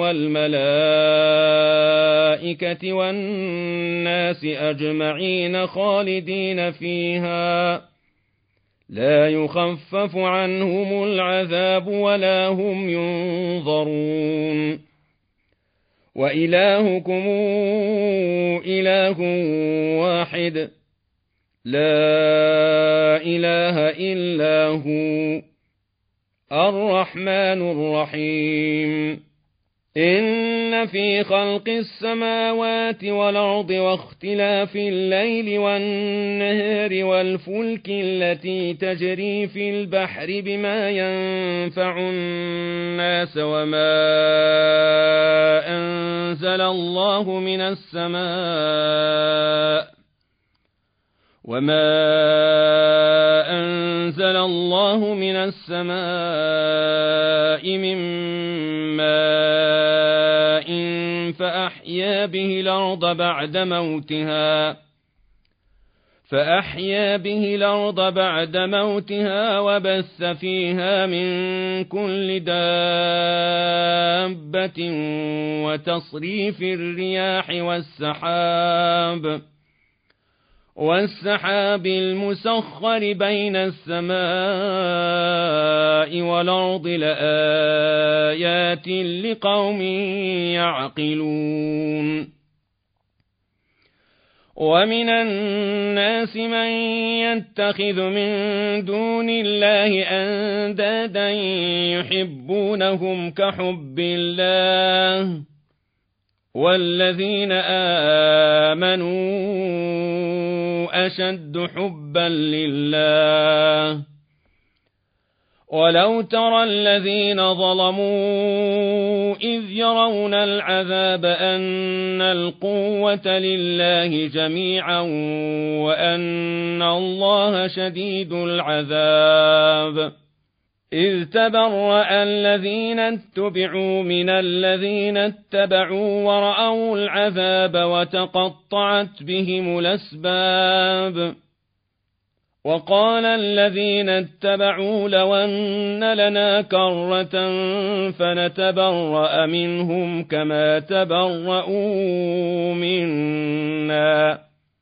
والملائكة والناس أجمعين خالدين فيها لا يخفف عنهم العذاب ولا هم ينظرون وإلهكم إله واحد لا إله إلا هو الرحمن الرحيم إن في خلق السماوات والأرض واختلاف الليل والنهار والفلك التي تجري في البحر بما ينفع الناس وما أنزل الله من السماء وما أنزل أنزل الله من السماء من ماء فأحيا به الأرض بعد موتها فأحيا به الأرض بعد موتها وبث فيها من كل دابة وتصريف الرياح والسحاب والسحاب المسخر بين السماء والأرض لآيات لقوم يعقلون ومن الناس من يتخذ من دون الله أندادا يحبونهم كحب الله والذين آمنوا أشد حبا لله ولو ترى الذين ظلموا إذ يرون العذاب أن القوة لله جميعا وأن الله شديد العذاب إذ تبرأ الذين اتبعوا من الذين اتبعوا ورأوا العذاب وتقطعت بهم الأسباب وقال الذين اتبعوا لو أن لنا كرة فنتبرأ منهم كما تبرؤوا منا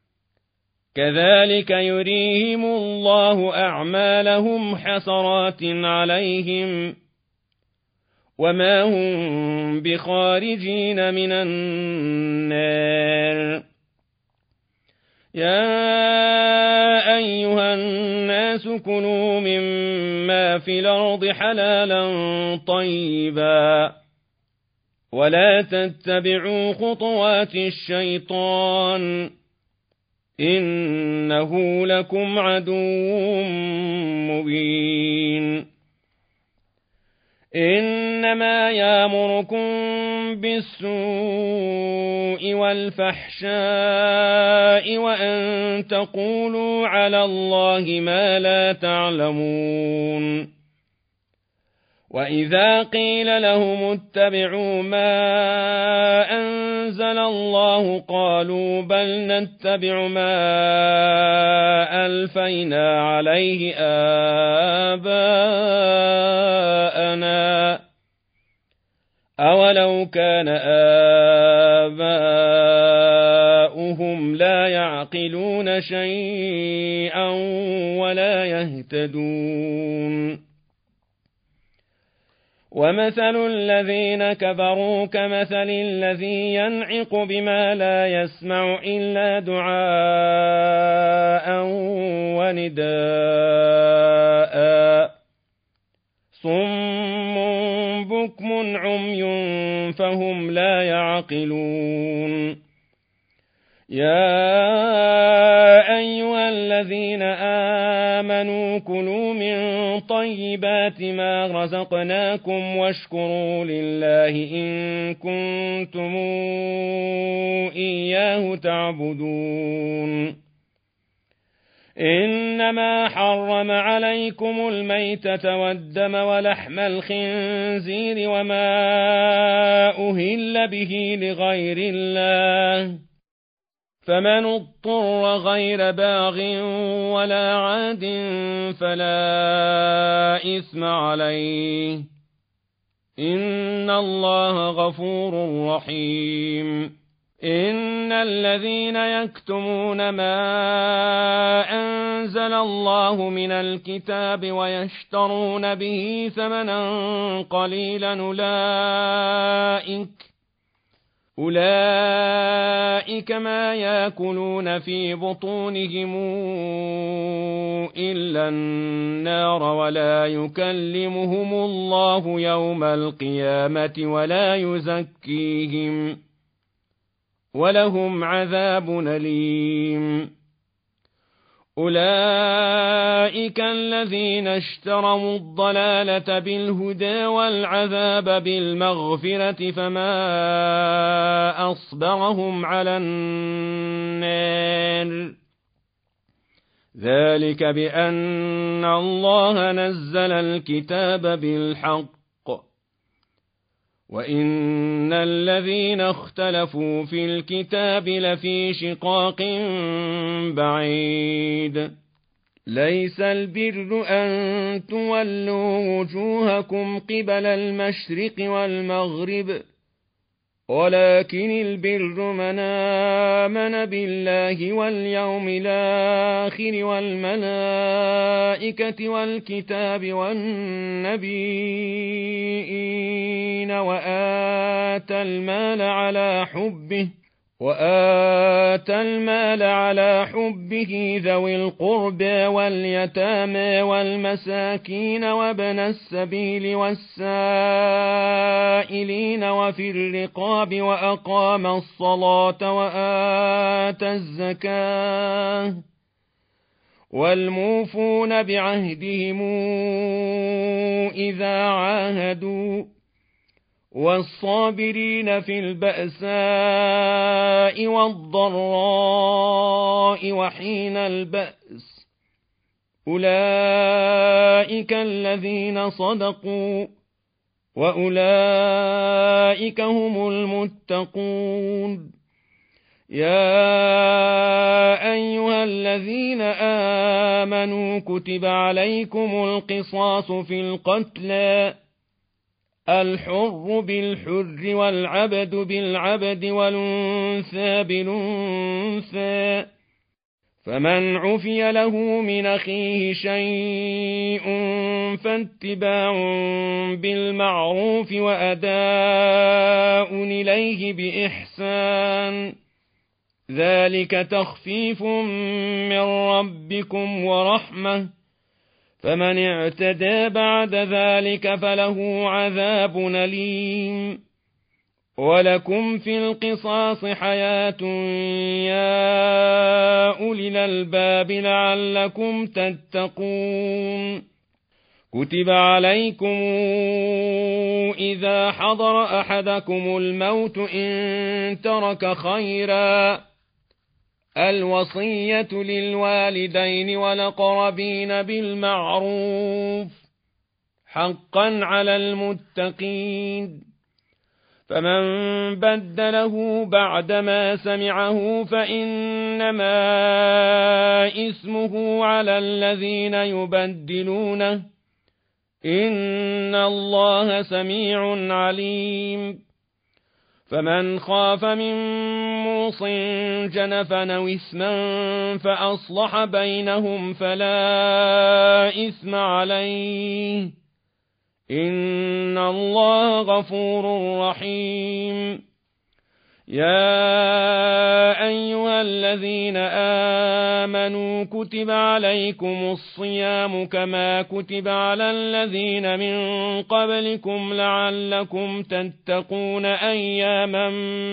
كذلك يريهم الله أعمالهم حسرات عليهم وما هم بخارجين من النار يا أيها الناس كلوا مما في الأرض حلالا طيبا ولا تتبعوا خطوات الشيطان إنه لكم عدو مبين إنما يأمركم بالسوء والفحشاء وأن تقولوا على الله ما لا تعلمون وإذا قيل لهم اتبعوا ما أنزل الله قالوا بل نتبع ما ألفينا عليه آباءنا أولو كان آباؤهم لا يعقلون شيئا ولا يهتدون ومثل الذين كفروا كمثل الذي ينعق بما لا يسمع إلا دعاء ونداء صم بكم عمي فهم لا يعقلون يا أيها الذين آمنوا كلوا من طيبات ما رزقناكم واشكروا لله إن كنتم إياه تعبدون إنما حرم عليكم الميتة والدم ولحم الخنزير وما أهل به لغير الله فمن اضطر غير باغ ولا عاد فلا إثم عليه إن الله غفور رحيم إن الذين يكتمون ما أنزل الله من الكتاب ويشترون به ثمنا قليلا أولئك أولئك ما يأكلون في بطونهم إلا النار ولا يكلمهم الله يوم القيامة ولا يزكيهم ولهم عذاب أليم أولئك الذين اشتروا الضلالة بالهدى والعذاب بالمغفرة فما أصبرهم على النار ذلك بأن الله نزل الكتاب بالحق وإن الذين اختلفوا في الكتاب لفي شقاق بعيد ليس البر أن تولوا وجوهكم قبل المشرق والمغرب ولكن البر من آمن بالله واليوم الآخر والملائكة والكتاب والنبيين وآتى المال على حبه وآتى المال على حبه ذوي القربى واليتامى والمساكين وابن السبيل والسائلين وفي الرقاب وأقام الصلاة وآتى الزكاة والموفون بعهدهم إذا عاهدوا والصابرين في البأساء والضراء وحين البأس أولئك الذين صدقوا وأولئك هم المتقون يا أيها الذين آمنوا كتب عليكم القصاص في القتلى الحر بالحر والعبد بالعبد والأنثى بالأنثى فمن عفي له من أخيه شيء فاتباع بالمعروف وأداء إليه بإحسان ذلك تخفيف من ربكم ورحمة فمن اعتدى بعد ذلك فله عذاب أليم ولكم في القصاص حياة يا أولي الألباب لعلكم تتقون كتب عليكم إذا حضر أحدكم الموت إن ترك خيرا الوصية للوالدين والأقربين بالمعروف حقا على المتقين فمن بدله بعدما سمعه فإنما إثمه على الذين يبدلونه إن الله سميع عليم فمن خاف من موص جنفا أو إثما فأصلح بينهم فلا إثم عليه إن الله غفور رحيم يا أيها الذين آمنوا كتب عليكم الصيام كما كتب على الذين من قبلكم لعلكم تتقون أياما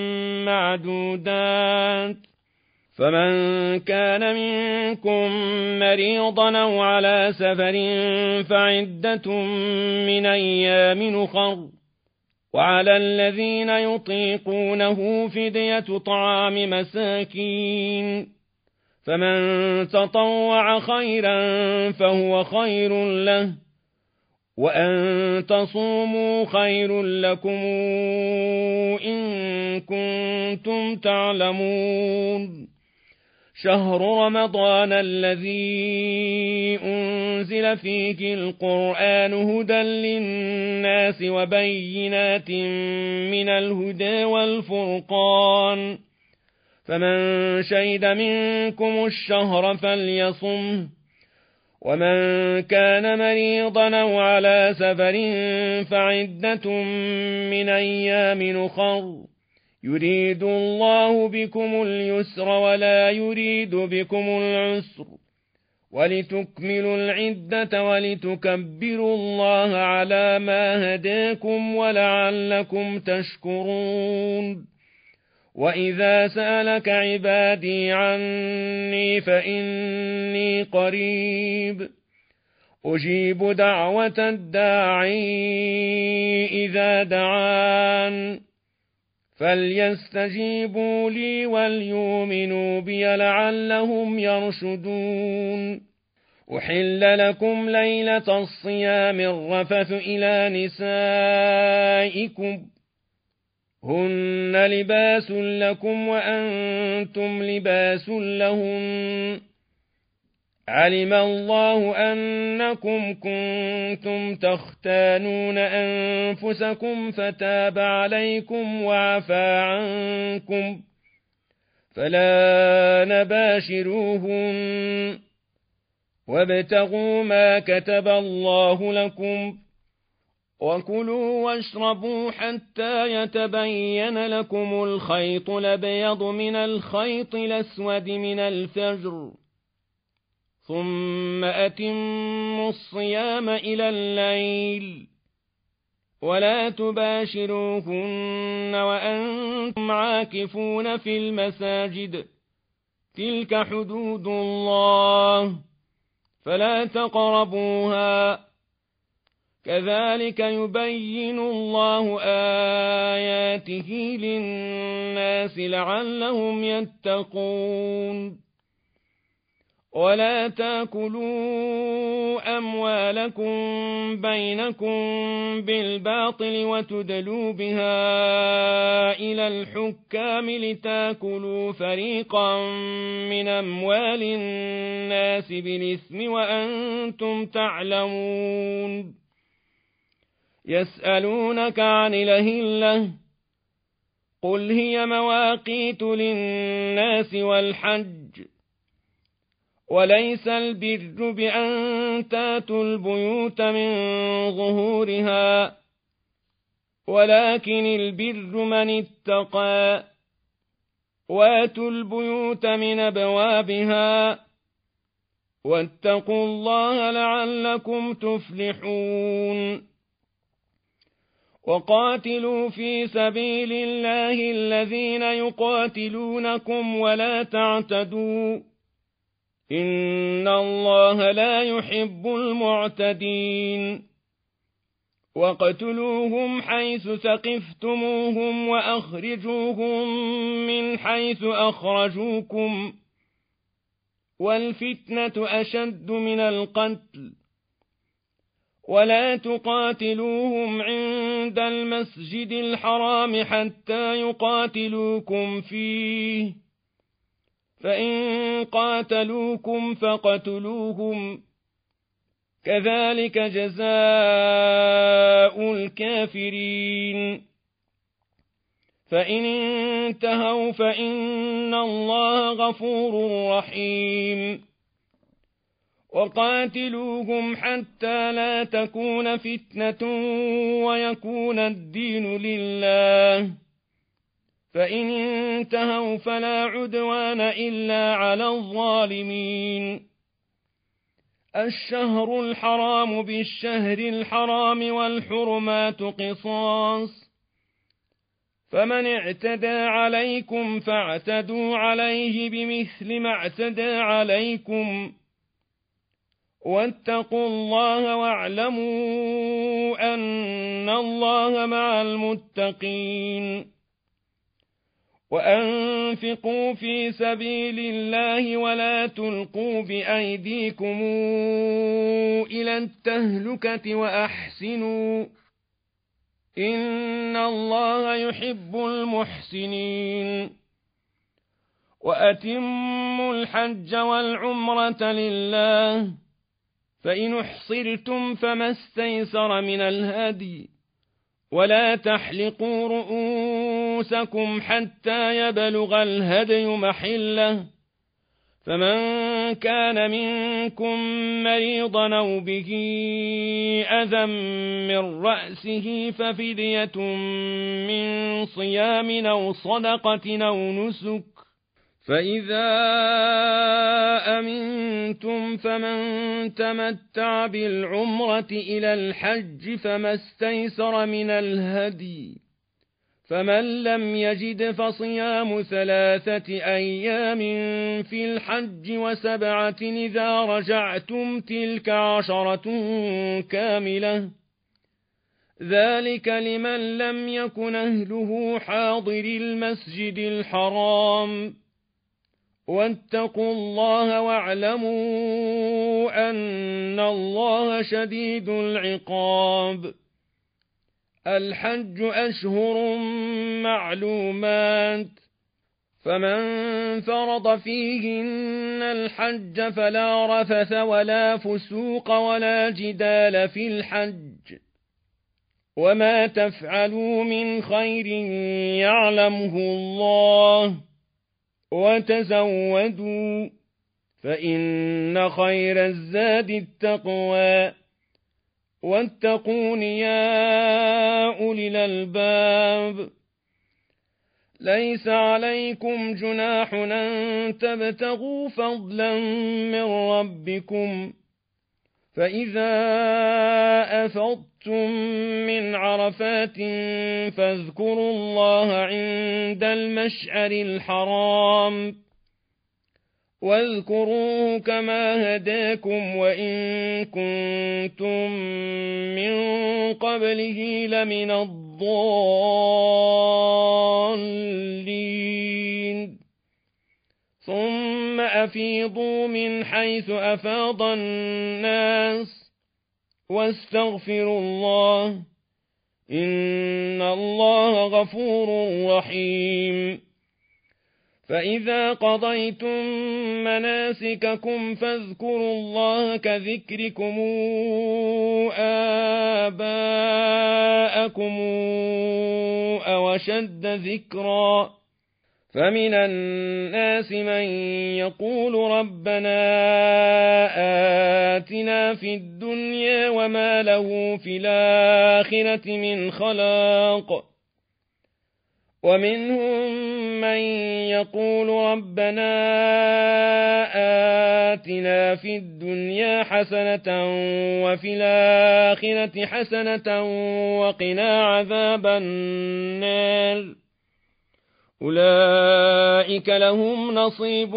معدودات فمن كان منكم مريضا أو على سفر فعدة من أيام أخر وعلى الذين يطيقونه فدية طعام مساكين فمن تطوع خيرا فهو خير له وأن تصوموا خير لكم إن كنتم تعلمون شهر رمضان الذي أنزل فيه القرآن هدى للناس وبينات من الهدى والفرقان فمن شهد منكم الشهر فليصمه ومن كان مريضا أو على سفر فعدة من أيام أخر يريد الله بكم اليسر ولا يريد بكم العسر ولتكملوا العدة ولتكبروا الله على ما هداكم ولعلكم تشكرون وإذا سألك عبادي عني فإني قريب أجيب دعوة الداعي إذا دعان فليستجيبوا لي وليؤمنوا بي لعلهم يرشدون. أحل لكم ليلة الصيام الرفث إلى نسائكم هن لباس لكم وأنتم لباس لهن علم الله أنكم كنتم تختانون أنفسكم فتاب عليكم وعفى عنكم فلا نباشروهن وابتغوا ما كتب الله لكم وكلوا واشربوا حتى يتبين لكم الخيط الأبيض من الخيط الأسود من الفجر ثم أتموا الصيام إلى الليل ولا تباشروهن وأنتم عاكفون في المساجد تلك حدود الله فلا تقربوها كذلك يبين الله آياته للناس لعلهم يتقون. ولا تاكلوا أموالكم بينكم بالباطل وتدلوا بها إلى الحكام لتاكلوا فريقا من أموال الناس بالإثم وأنتم تعلمون. يسألونك عن الأهلة قل هي مواقيت للناس والحج وليس البر بأن تاتوا البيوت من ظهورها ولكن البر من اتقى واتوا البيوت من أبوابها واتقوا الله لعلكم تفلحون. وقاتلوا في سبيل الله الذين يقاتلونكم ولا تعتدوا إن الله لا يحب المعتدين. واقتلوهم حيث ثقفتموهم وأخرجوهم من حيث أخرجوكم والفتنة أشد من القتل ولا تقاتلوهم عند المسجد الحرام حتى يقاتلوكم فيه فإن قاتلوكم فاقتلوهم كذلك جزاء الكافرين. فإن انتهوا فإن الله غفور رحيم. وقاتلوهم حتى لا تكون فتنة ويكون الدين لله فإن انتهوا فلا عدوان إلا على الظالمين. الشهر الحرام بالشهر الحرام والحرمات قصاص فمن اعتدى عليكم فاعتدوا عليه بمثل ما اعتدى عليكم واتقوا الله واعلموا أن الله مع المتقين. وأنفقوا في سبيل الله ولا تلقوا بأيديكم إلى التهلكة وأحسنوا إن الله يحب المحسنين. وأتموا الحج والعمرة لله فإن احصرتم فما استيسر من الهدي ولا تحلقوا رؤوسكم حتى يبلغ الهدي محله فمن كان منكم مريضا أو به أذى من رأسه ففدية من صيام أو صدقة أو نسك فإذا أمنتم فمن تمتع بالعمرة إلى الحج فما استيسر من الهدي فمن لم يجد فصيام ثلاثة أيام في الحج وسبعة إذا رجعتم تلك عشرة كاملة ذلك لمن لم يكن أهله حاضر المسجد الحرام واتقوا الله واعلموا أن الله شديد العقاب الحج أشهر معلومات فمن فرض فيهن الحج فلا رفث ولا فسوق ولا جدال في الحج وما تفعلوا من خير يعلمه الله وتزودوا فإن خير الزاد التقوى واتقون يا أولي الألباب ليس عليكم جناح أن تبتغوا فضلا من ربكم فإذا أفضتم من عرفات فاذكروا الله عند المشعر الحرام واذكروه كما هداكم وإن كنتم من قبله لمن الضالين ثم أفيضوا من حيث أفاض الناس واستغفروا الله إن الله غفور رحيم فإذا قضيتم مناسككم فاذكروا الله كذكركم آباءكم أو أشد ذكرا فمن الناس من يقول ربنا آتنا في الدنيا وما له في الآخرة من خلاق ومنهم من يقول ربنا آتنا في الدنيا حسنة وفي الآخرة حسنة وقنا عذاب النار أولئك لهم نصيب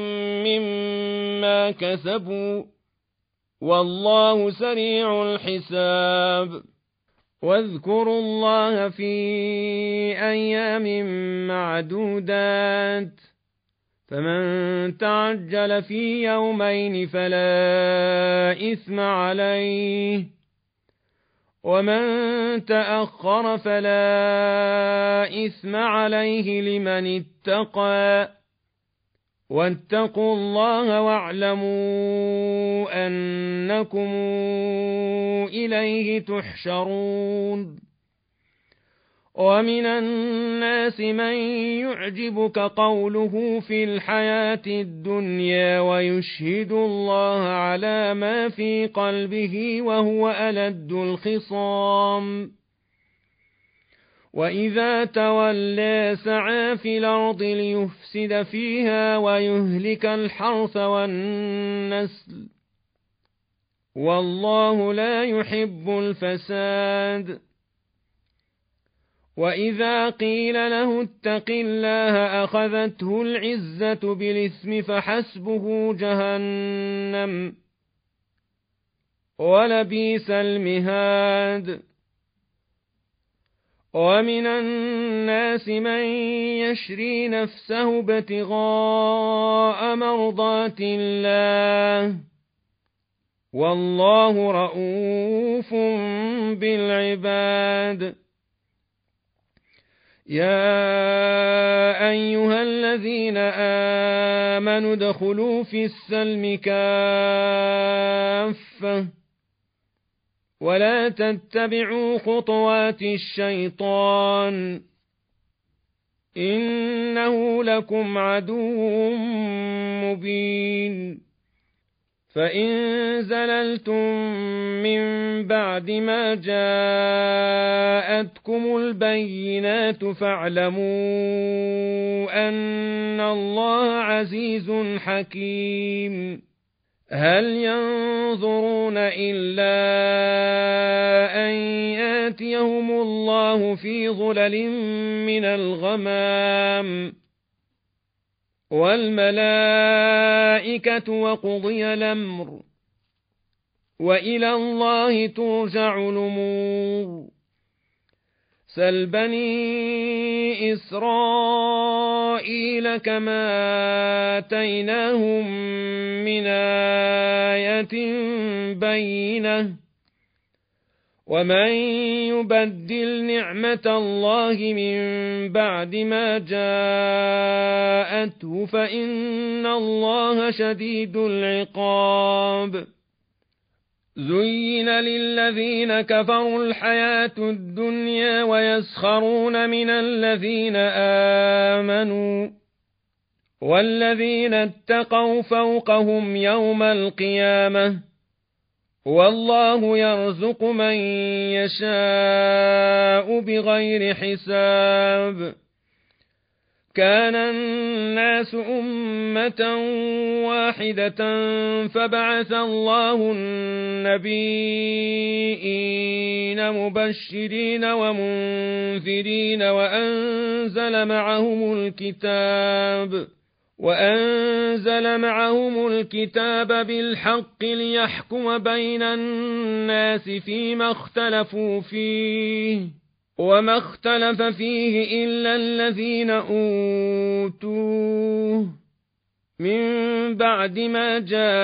مما كسبوا والله سريع الحساب واذكروا الله في أيام معدودات فمن تعجل في يومين فلا إثم عليه ومن تأخر فلا إثم عليه لمن اتقى واتقوا الله واعلموا أنكم إليه تحشرون ومن الناس من يعجبك قوله في الحياة الدنيا ويشهد الله على ما في قلبه وهو ألد الخصام وإذا تولى سعى في الأرض ليفسد فيها ويهلك الحرث والنسل والله لا يحب الفساد وإذا قيل له اتق الله أخذته العزة بالإثم فحسبه جهنم ولبئس المهاد ومن الناس من يشري نفسه ابتغاء مرضات الله والله رؤوف بالعباد يا أيها الذين آمنوا ادخلوا في السلم كافة ولا تتبعوا خطوات الشيطان إنه لكم عدو مبين فإن زللتم من بعد ما جاءتكم البينات فاعلموا أن الله عزيز حكيم هل ينظرون إلا أن يأتيهم الله في ظلل من الغمام والملائكة وقضي الأمر وإلى الله ترجع الأمور سل بني إسرائيل كما آتيناهم من آية بينة ومن يبدل نعمة الله من بعد ما جاءته فإن الله شديد العقاب زين للذين كفروا الحياة الدنيا ويسخرون من الذين آمنوا والذين اتقوا فوقهم يوم القيامة والله يرزق من يشاء بغير حساب كان الناس أمة واحدة فبعث الله النبيين مبشرين ومنذرين وأنزل معهم الكتاب وأنزل معهم الكتاب بالحق ليحكم بين الناس فيما اختلفوا فيه وما اختلف فيه إلا الذين أوتوه من بعد ما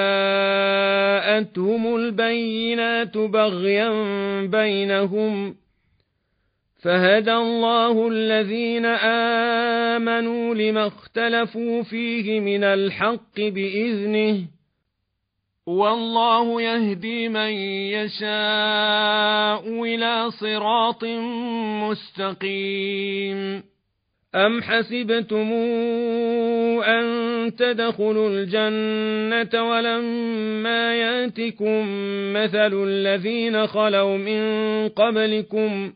جاءتهم البينات بغيا بينهم فهدى الله الذين آمنوا لما اختلفوا فيه من الحق بإذنه والله يهدي من يشاء إلى صراط مستقيم أم حسبتم أن تدخلوا الجنة ولما يأتكم مثل الذين خلوا من قبلكم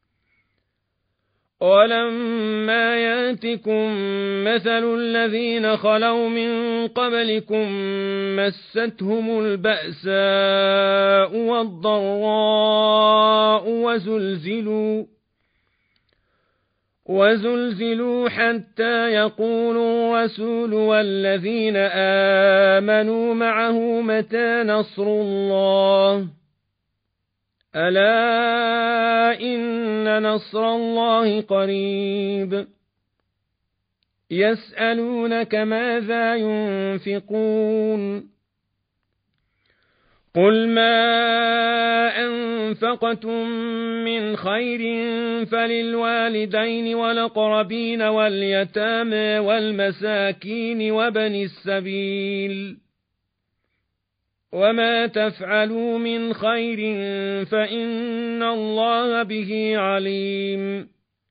ولما يأتكم مثل الذين خلوا من قبلكم مستهم البأساء والضراء وزلزلوا وزلزلوا حتى يقول الرسول والذين آمنوا معه متى نصر الله ألا إن نصر الله قريب يسألونك ماذا ينفقون قل ما أنفقتم من خير فللوالدين والأقربين واليتامى والمساكين وابن السبيل وما تفعلوا من خير فإن الله به عليم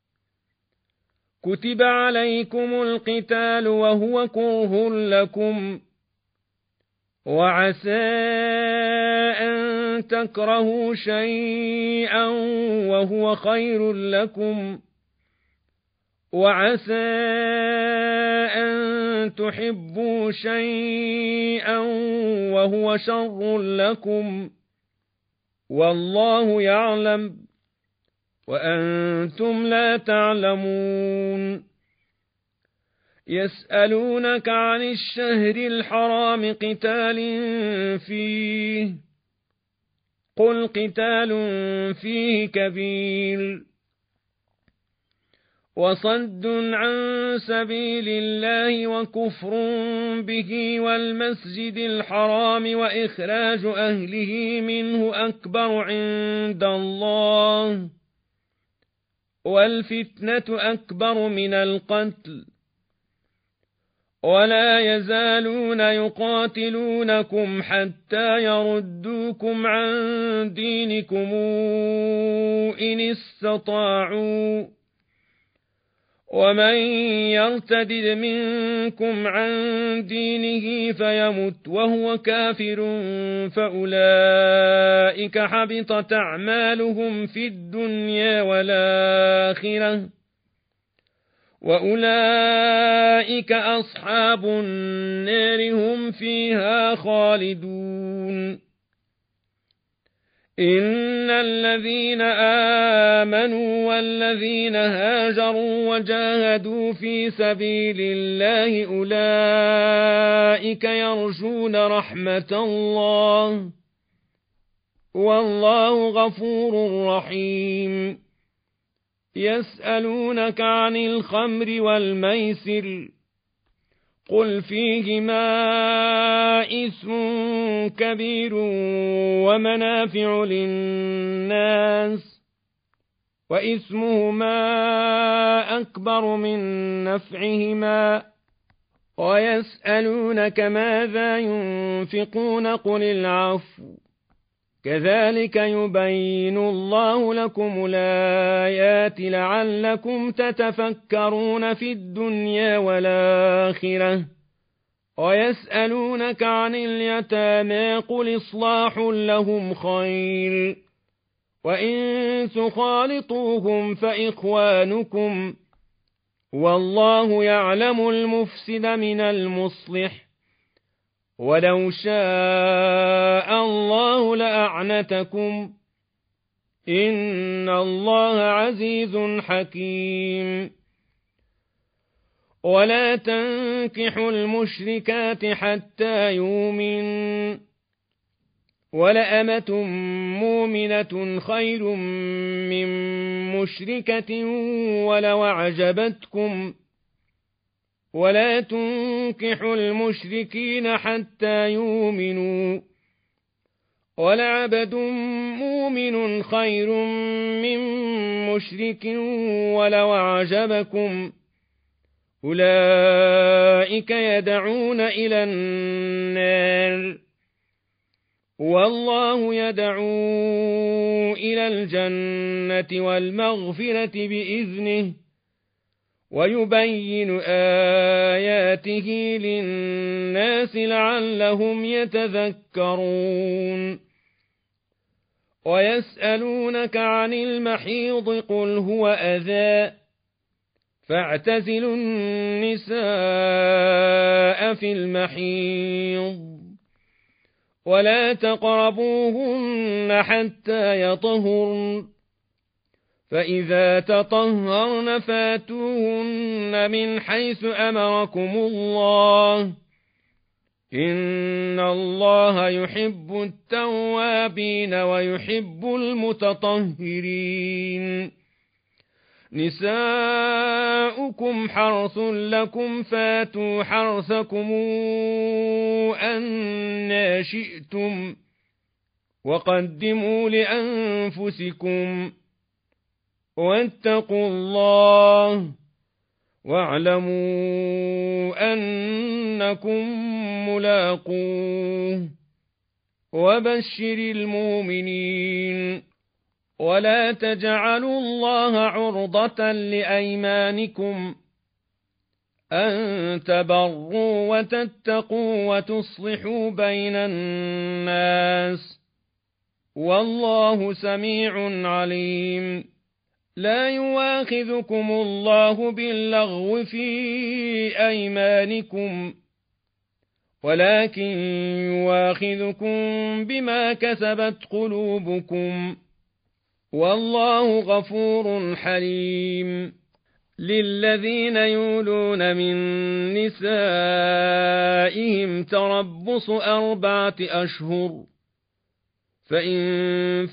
كتب عليكم القتال وهو كره لكم وعسى أن تكرهوا شيئا وهو خير لكم وعسى أن تحبوا شيئا وهو شر لكم والله يعلم وأنتم لا تعلمون يسألونك عن الشهر الحرام قتال فيه قل قتال فيه كبير وصد عن سبيل الله وكفر به والمسجد الحرام وإخراج أهله منه أكبر عند الله والفتنة أكبر من القتل ولا يزالون يقاتلونكم حتى يردوكم عن دينكم إن استطاعوا ومن يرتد منكم عن دينه فيمت وهو كافر فأولئك حبطت أعمالهم في الدنيا والآخرة وأولئك أصحاب النار هم فيها خالدون إن الذين آمنوا والذين هاجروا وجاهدوا في سبيل الله أولئك يرجون رحمة الله والله غفور رحيم يسألونك عن الخمر والميسر قل فيهما إثم كبير ومنافع للناس وإثمهما أكبر من نفعهما ويسألونك ماذا ينفقون قل العفو كذلك يبين الله لكم الآيات لعلكم تتفكرون في الدنيا والآخرة ويسألونك عن اليتامى قل إصلاح لهم خير وإن تخالطوهم فإخوانكم والله يعلم المفسد من المصلح ولو شاء الله لأعنتكم إن الله عزيز حكيم ولا تنكحوا المشركات حتى يؤمنوا ولأمة مؤمنة خير من مشركة ولو أعجبتكم ولا تنكحوا المشركين حتى يؤمنوا ولعبد مؤمن خير من مشرك ولو أعجبكم أولئك يدعون إلى النار والله يدعو إلى الجنة والمغفرة بإذنه ويبين آياته للناس لعلهم يتذكرون ويسألونك عن المحيض قل هو أذى فاعتزلوا النساء في المحيض ولا تقربوهن حتى يطهرن فإذا تطهرن فاتوهن من حيث أمركم الله إن الله يحب التوابين ويحب المتطهرين نساؤكم حرث لكم فاتوا حرثكم أنى شئتم وقدموا لأنفسكم واتقوا الله واعلموا أنكم ملاقوه وبشر المؤمنين ولا تجعلوا الله عرضة لأيمانكم أن تبروا وتتقوا وتصلحوا بين الناس والله سميع عليم لا يواخذكم الله باللغو في أيمانكم ولكن يواخذكم بما كسبت قلوبكم والله غفور حليم للذين يولون من نسائهم تربص أربعة أشهر فإن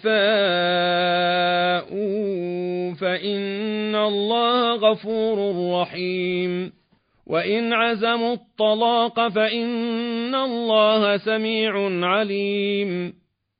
فاءوا فإن الله غفور رحيم وإن عزموا الطلاق فإن الله سميع عليم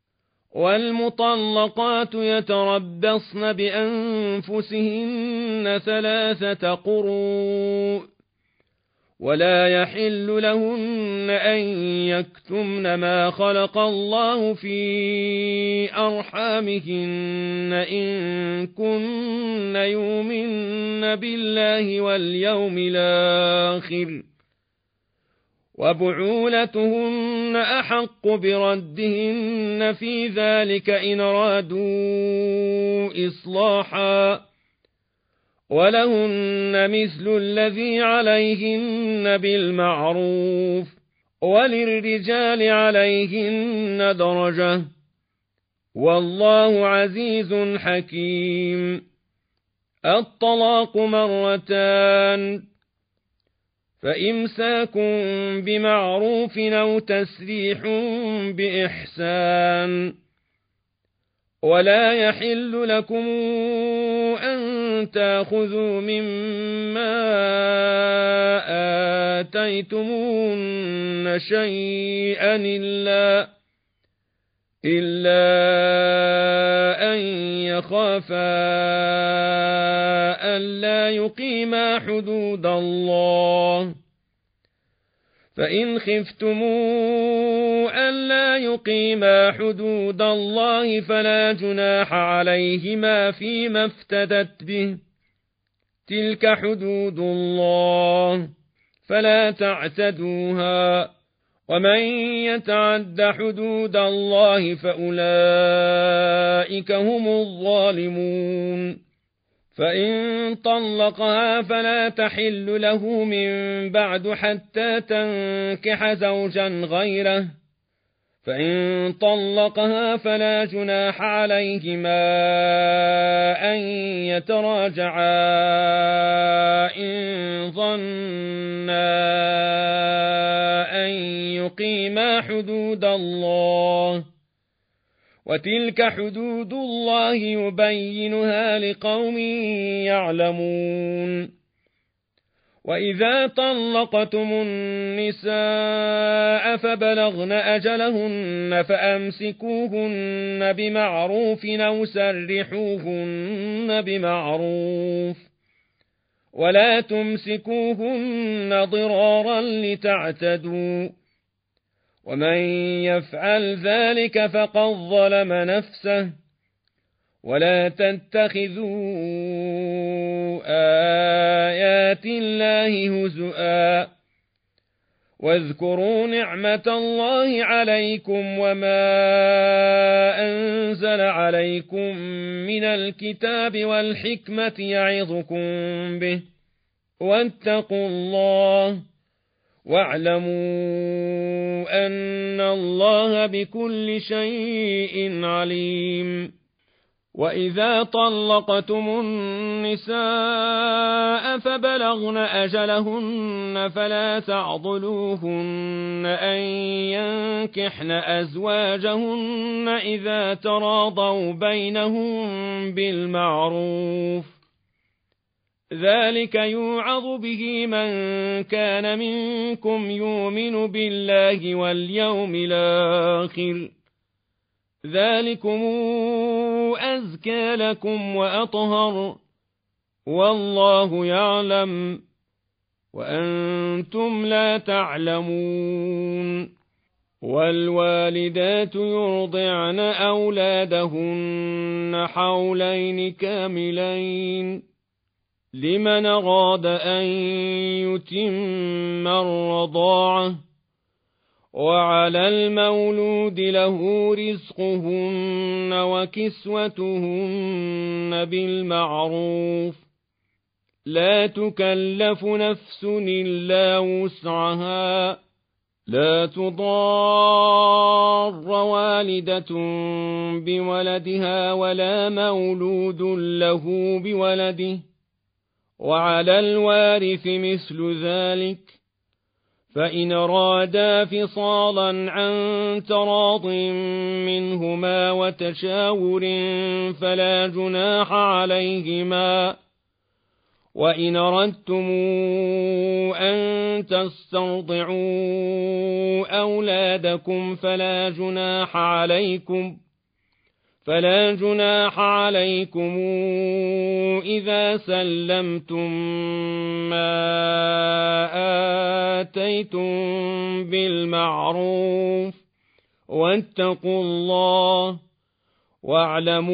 والمطلقات يتربصن بأنفسهن ثلاثة قروء ولا يحل لهن أن يكتمن ما خلق الله في أرحامهن إن كن يؤمن بالله واليوم الآخر وبعولتهن أحق بردهن في ذلك إن أرادوا إصلاحا ولهن مثل الذي عليهن بالمعروف وللرجال عليهن درجة والله عزيز حكيم الطلاق مرتان فإمساك بمعروف أو تسريح بإحسان ولا يحل لكم أن تأخذوا مما آتيتموهن شيئا إلا إلا أن يخافا ألا يقيما حدود الله فإن خفتموا ألا يقيما حدود الله فلا جناح عليهما فيما افتدت به تلك حدود الله فلا تعتدوها ومن يتعد حدود الله فأولئك هم الظالمون فإن طلقها فلا تحل له من بعد حتى تنكح زوجا غيره فإن طلقها فلا جناح عليهما أن يتراجعا إن ظنا أن يقيما حدود الله وتلك حدود الله يبينها لقوم يعلمون وإذا طلقتم النساء فبلغن أجلهن فأمسكوهن بمعروف أو سرحوهن بمعروف ولا تمسكوهن ضرارا لتعتدوا ومن يفعل ذلك فقد ظلم نفسه ولا تتخذوا آيات الله هزؤا واذكروا نعمة الله عليكم وما أنزل عليكم من الكتاب والحكمة يعظكم به واتقوا الله واعلموا أن الله بكل شيء عليم وإذا طلقتم النساء فبلغن أجلهن فلا تعضلوهن أن ينكحن أزواجهن إذا تراضوا بينهم بالمعروف ذلك يوعظ به من كان منكم يؤمن بالله واليوم الآخر ذلكم أزكى لكم وأطهر والله يعلم وأنتم لا تعلمون والوالدات يرضعن أولادهن حولين كاملين لمن أراد أن يتم الرضاعة وعلى المولود له رزقهن وكسوتهن بالمعروف لا تكلف نفس إلا وسعها لا تضار والدة بولدها ولا مولود له بولده وعلى الوارث مثل ذلك فإن أرادا فصالا عن تراض منهما وتشاور فلا جناح عليهما وإن أردتم أن تسترضعوا أولادكم فلا جناح عليكم فلا جناح عليكم إذا سلمتم ما آتيتم بالمعروف واتقوا الله واعلموا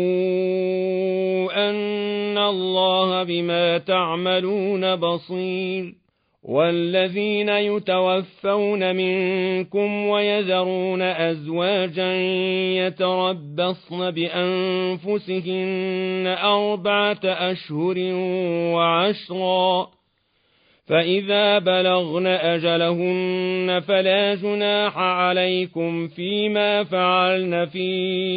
أن الله بما تعملون بصير والذين يتوفون منكم ويذرون أزواجا يتربصن بأنفسهن أربعة أشهر وعشرا فإذا بلغن أجلهن فلا جناح عليكم فيما فعلن في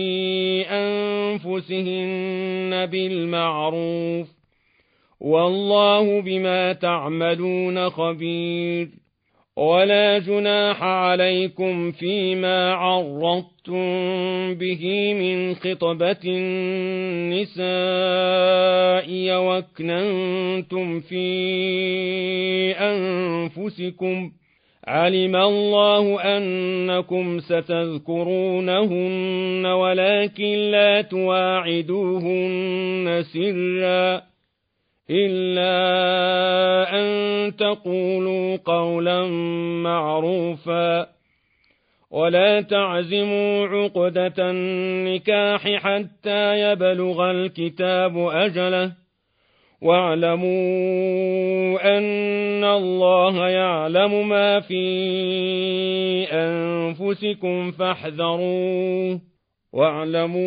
أنفسهن بالمعروف والله بما تعملون خبير ولا جناح عليكم فيما عرضتم به من خطبة النساء وأكننتم في أنفسكم علم الله أنكم ستذكرونهن ولكن لا تواعدوهن سرا إلا أن تقولوا قولا معروفا ولا تعزموا عقدة النكاح حتى يبلغ الكتاب أجله واعلموا أن الله يعلم ما في أنفسكم فاحذروه واعلموا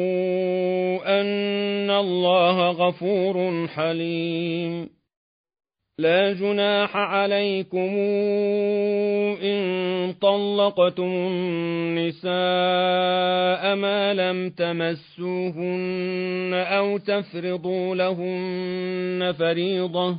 أن الله غفور حليم لا جناح عليكم إن طلقتم النساء ما لم تمسوهن أو تفرضوا لهن فريضة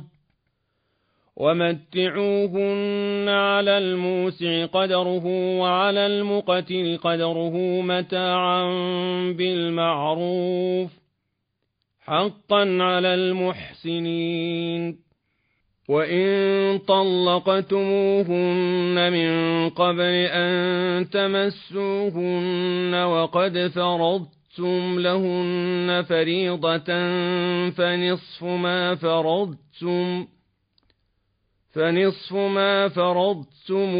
ومتعوهن على الموسع قدره وعلى المقتل قدره متاعا بالمعروف حقا على المحسنين وإن طلقتموهن من قبل أن تمسوهن وقد فرضتم لهن فريضة فنصف ما فرضتم فنصف ما فرضتم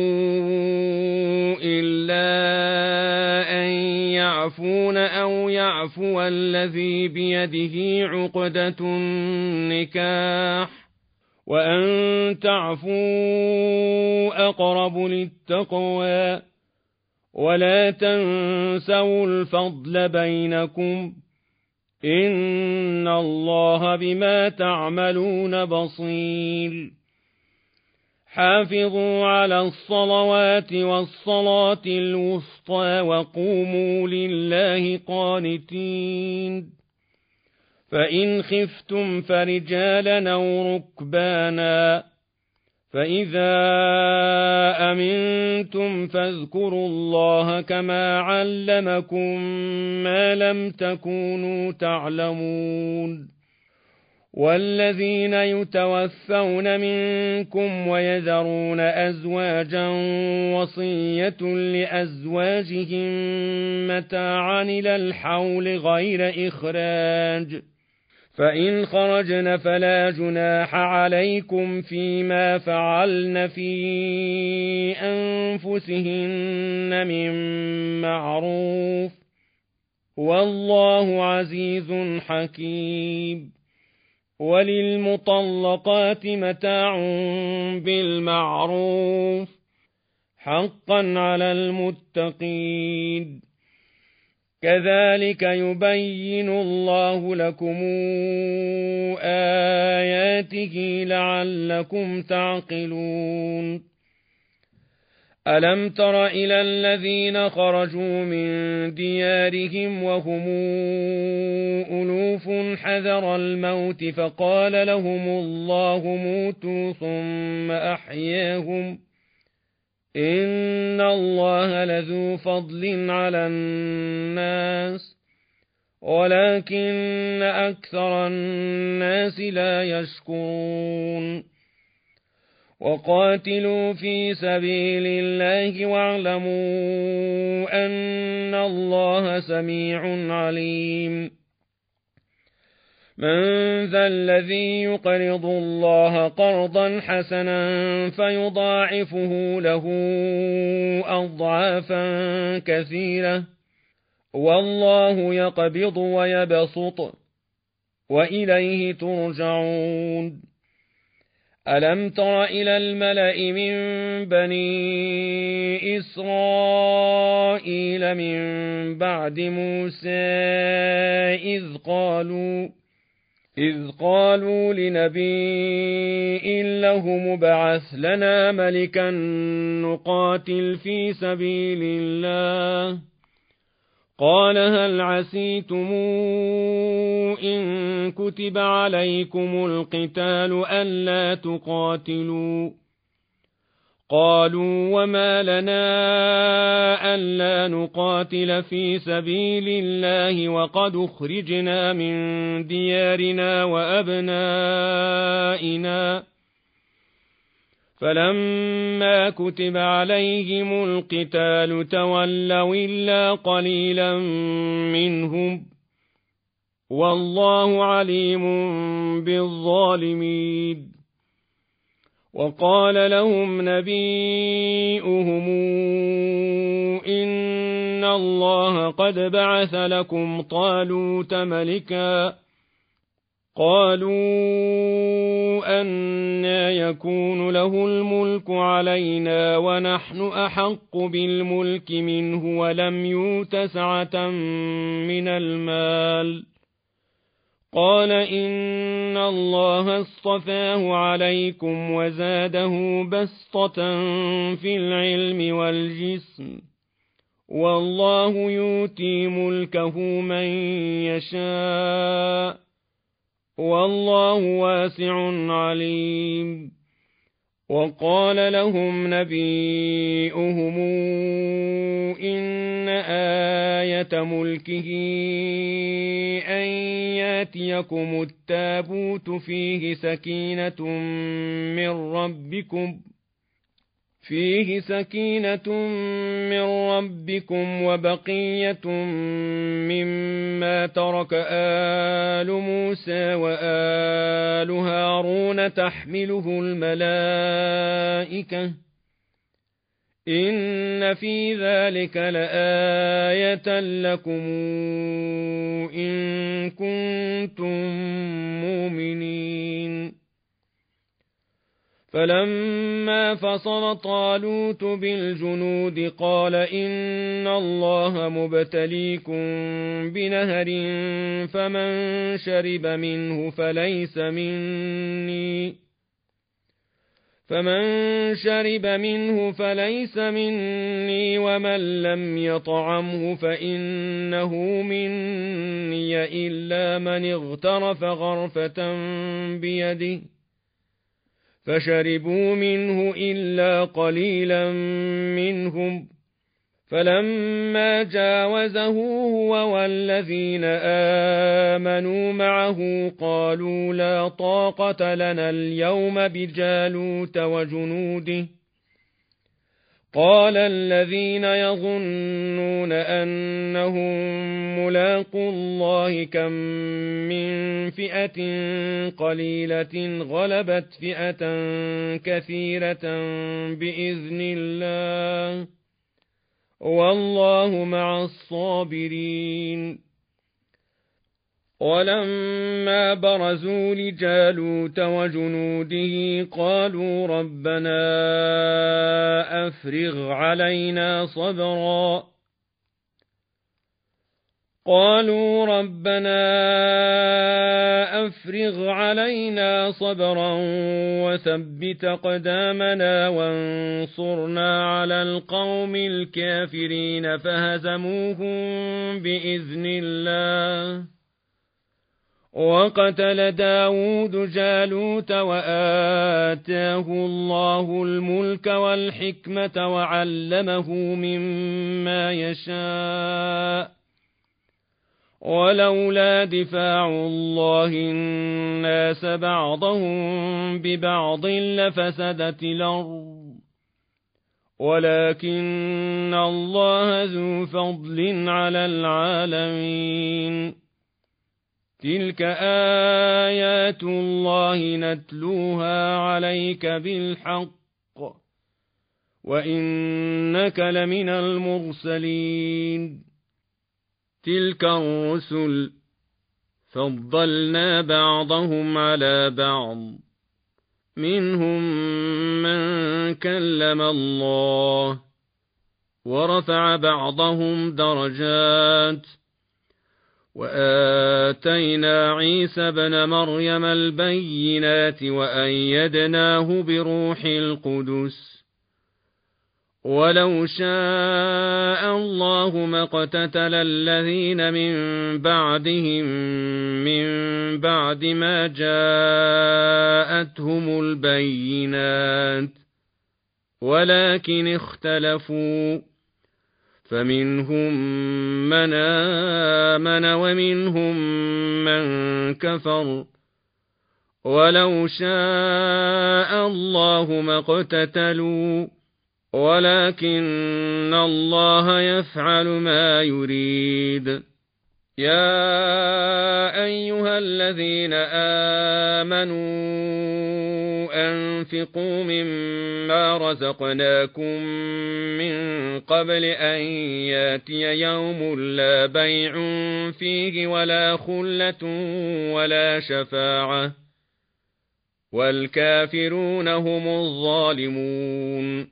إلا أن يعفون أو يعفو الذي بيده عقدة النكاح وأن تعفوا أقرب للتقوى ولا تنسوا الفضل بينكم إن الله بما تعملون بصير حافظوا على الصلوات والصلاة الوسطى وقوموا لله قانتين فإن خفتم فرجالا أو ركبانا فإذا أمنتم فاذكروا الله كما علمكم ما لم تكونوا تعلمون والذين يتوفون منكم ويذرون أزواجا وصية لأزواجهم متاعا إلى الحول غير إخراج فإن خرجن فلا جناح عليكم فيما فعلن في أنفسهن من معروف والله عزيز حكيم وللمطلقات متاع بالمعروف حقا على المتقين كذلك يبين الله لكم آياته لعلكم تعقلون ألم تر إلى الذين خرجوا من ديارهم وهم ألوف حذر الموت فقال لهم الله موتوا ثم أحياهم إن الله لذو فضل على الناس ولكن أكثر الناس لا يشكرون وقاتلوا في سبيل الله واعلموا أن الله سميع عليم من ذا الذي يقرض الله قرضا حسنا فيضاعفه له أضعافا كثيرة والله يقبض ويبسط وإليه ترجعون ألم تر إلى الملأ من بني إسرائيل من بعد موسى إذ قالوا إذ قالوا لنبي له مبعث لنا ملكا نقاتل في سبيل الله قال هل عسيتم إن كتب عليكم القتال ألا تقاتلوا قالوا وما لنا ألا نقاتل في سبيل الله وقد أخرجنا من ديارنا وأبنائنا فلما كتب عليهم القتال تولوا إلا قليلا منهم والله عليم بالظالمين وقال لهم نبيئهم إن الله قد بعث لكم طالوت ملكا قالوا أنى يكون له الملك علينا ونحن أحق بالملك منه ولم يؤت سعة من المال قال إن الله اصطفاه عليكم وزاده بسطة في العلم والجسم والله يؤتي ملكه من يشاء والله واسع عليم وقال لهم نبيئهم إن آية ملكه أن ياتيكم التابوت فيه سكينة من ربكم فيه سكينة من ربكم وبقية مما ترك آل موسى وآل هارون تحمله الملائكة إن في ذلك لآية لكم إن كنتم مؤمنين فلما فصل طالوت بالجنود قال إن الله مبتليكم بنهر فمن شرب منه فليس مني فمن شرب منه فليس مني ومن لم يطعمه فإنه مني إلا من اغترف غرفة بيده فشربوا منه إلا قليلا منهم فلما جاوزه هو والذين آمنوا معه قالوا لا طاقة لنا اليوم بجالوت وجنوده قال الذين يظنون أنهم ملاقو الله كم من فئة قليلة غلبت فئة كثيرة بإذن الله والله مع الصابرين ولما برزوا لجالوت وجنوده قالوا ربنا أفرغ علينا صبرا قالوا ربنا أفرغ علينا صبرا وثبت أقدامنا وانصرنا على القوم الكافرين فهزموهم بإذن الله وقتل داود جالوت وآتاه الله الملك والحكمة وعلمه مما يشاء ولولا دفاع الله الناس بعضهم ببعض لفسدت الأرض ولكن الله ذو فضل على العالمين تلك آيات الله نتلوها عليك بالحق وإنك لمن المرسلين تلك الرسل فضلنا بعضهم على بعض منهم من كلم الله ورفع بعضهم درجات وآتينا عيسى ابن مريم البينات وأيدناه بروح القدس ولو شاء الله ما اقتتل الذين من بعدهم من بعد ما جاءتهم البينات ولكن اختلفوا فمنهم من آمن ومنهم من كفر ولو شاء الله ما اقتتلوا ولكن الله يفعل ما يريد. يا أيها الذين آمنوا أنفقوا مما رزقناكم من قبل أن ياتي يوم لا بيع فيه ولا خلة ولا شفاعة والكافرون هم الظالمون.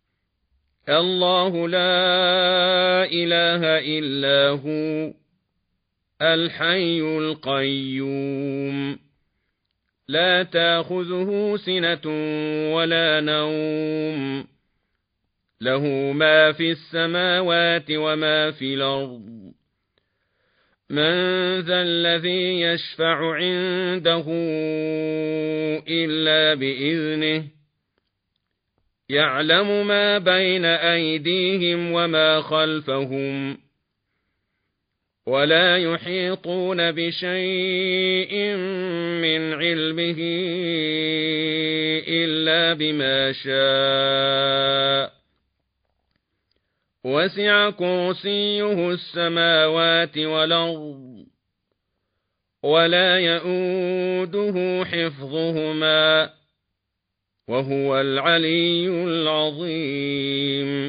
الله لا إله إلا هو الحي القيوم لا تأخذه سنة ولا نوم له ما في السماوات وما في الأرض. من ذا الذي يشفع عنده إلا بإذنه يعلم ما بين أيديهم وما خلفهم ولا يحيطون بشيء من علمه إلا بما شاء وسع كرسيه السماوات والأرض ولا يئوده حفظهما وهو العلي العظيم.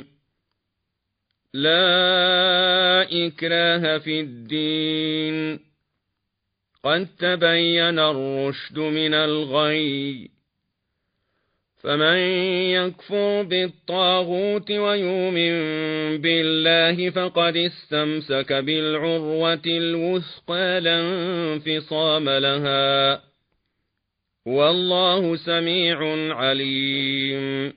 لا إكراه في الدين قد تبين الرشد من الغي فمن يكفر بالطاغوت ويؤمن بالله فقد استمسك بالعروة الوثقى لا انفصام لها والله سميع عليم.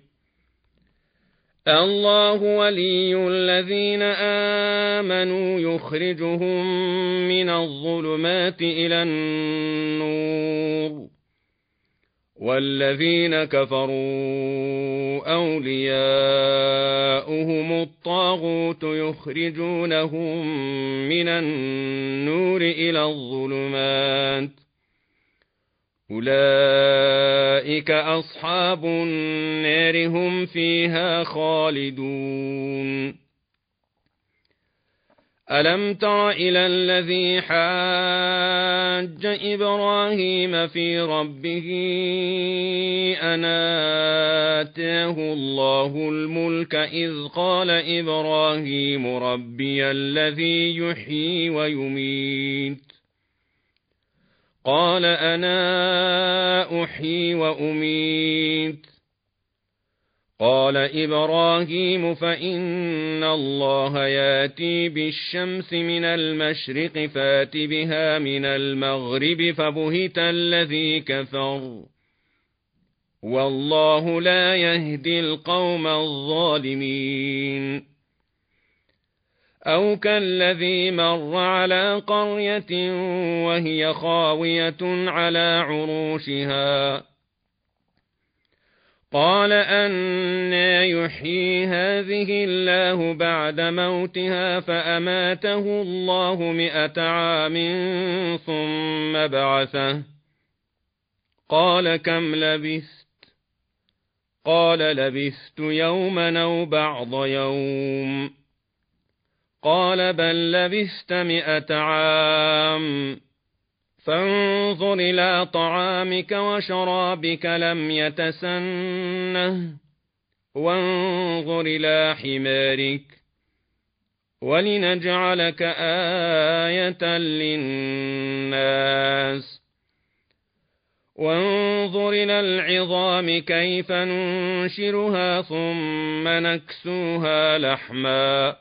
الله ولي الذين آمنوا يخرجهم من الظلمات إلى النور والذين كفروا أولياؤهم الطاغوت يخرجونهم من النور إلى الظلمات أولئك أصحاب النار هم فيها خالدون. ألم تر إلى الذي حاج إبراهيم في ربه أن آتاه الله الملك إذ قال إبراهيم ربي الذي يحيي ويميت قال أنا أحيي وأميت قال إبراهيم فإن الله ياتي بالشمس من المشرق فات بها من المغرب فبهت الذي كفر والله لا يهدي القوم الظالمين. أو كالذي مر على قرية وهي خاوية على عروشها قال أنى يحيي هذه الله بعد موتها فأماته الله مئة عام ثم بعثه قال كم لبثت قال لبثت يوما أو بعض يوم قال بل لبثت مئة عام فانظر إلى طعامك وشرابك لم يتسنه وانظر إلى حمارك ولنجعلك آية للناس وانظر إلى العظام كيف ننشرها ثم نكسوها لحما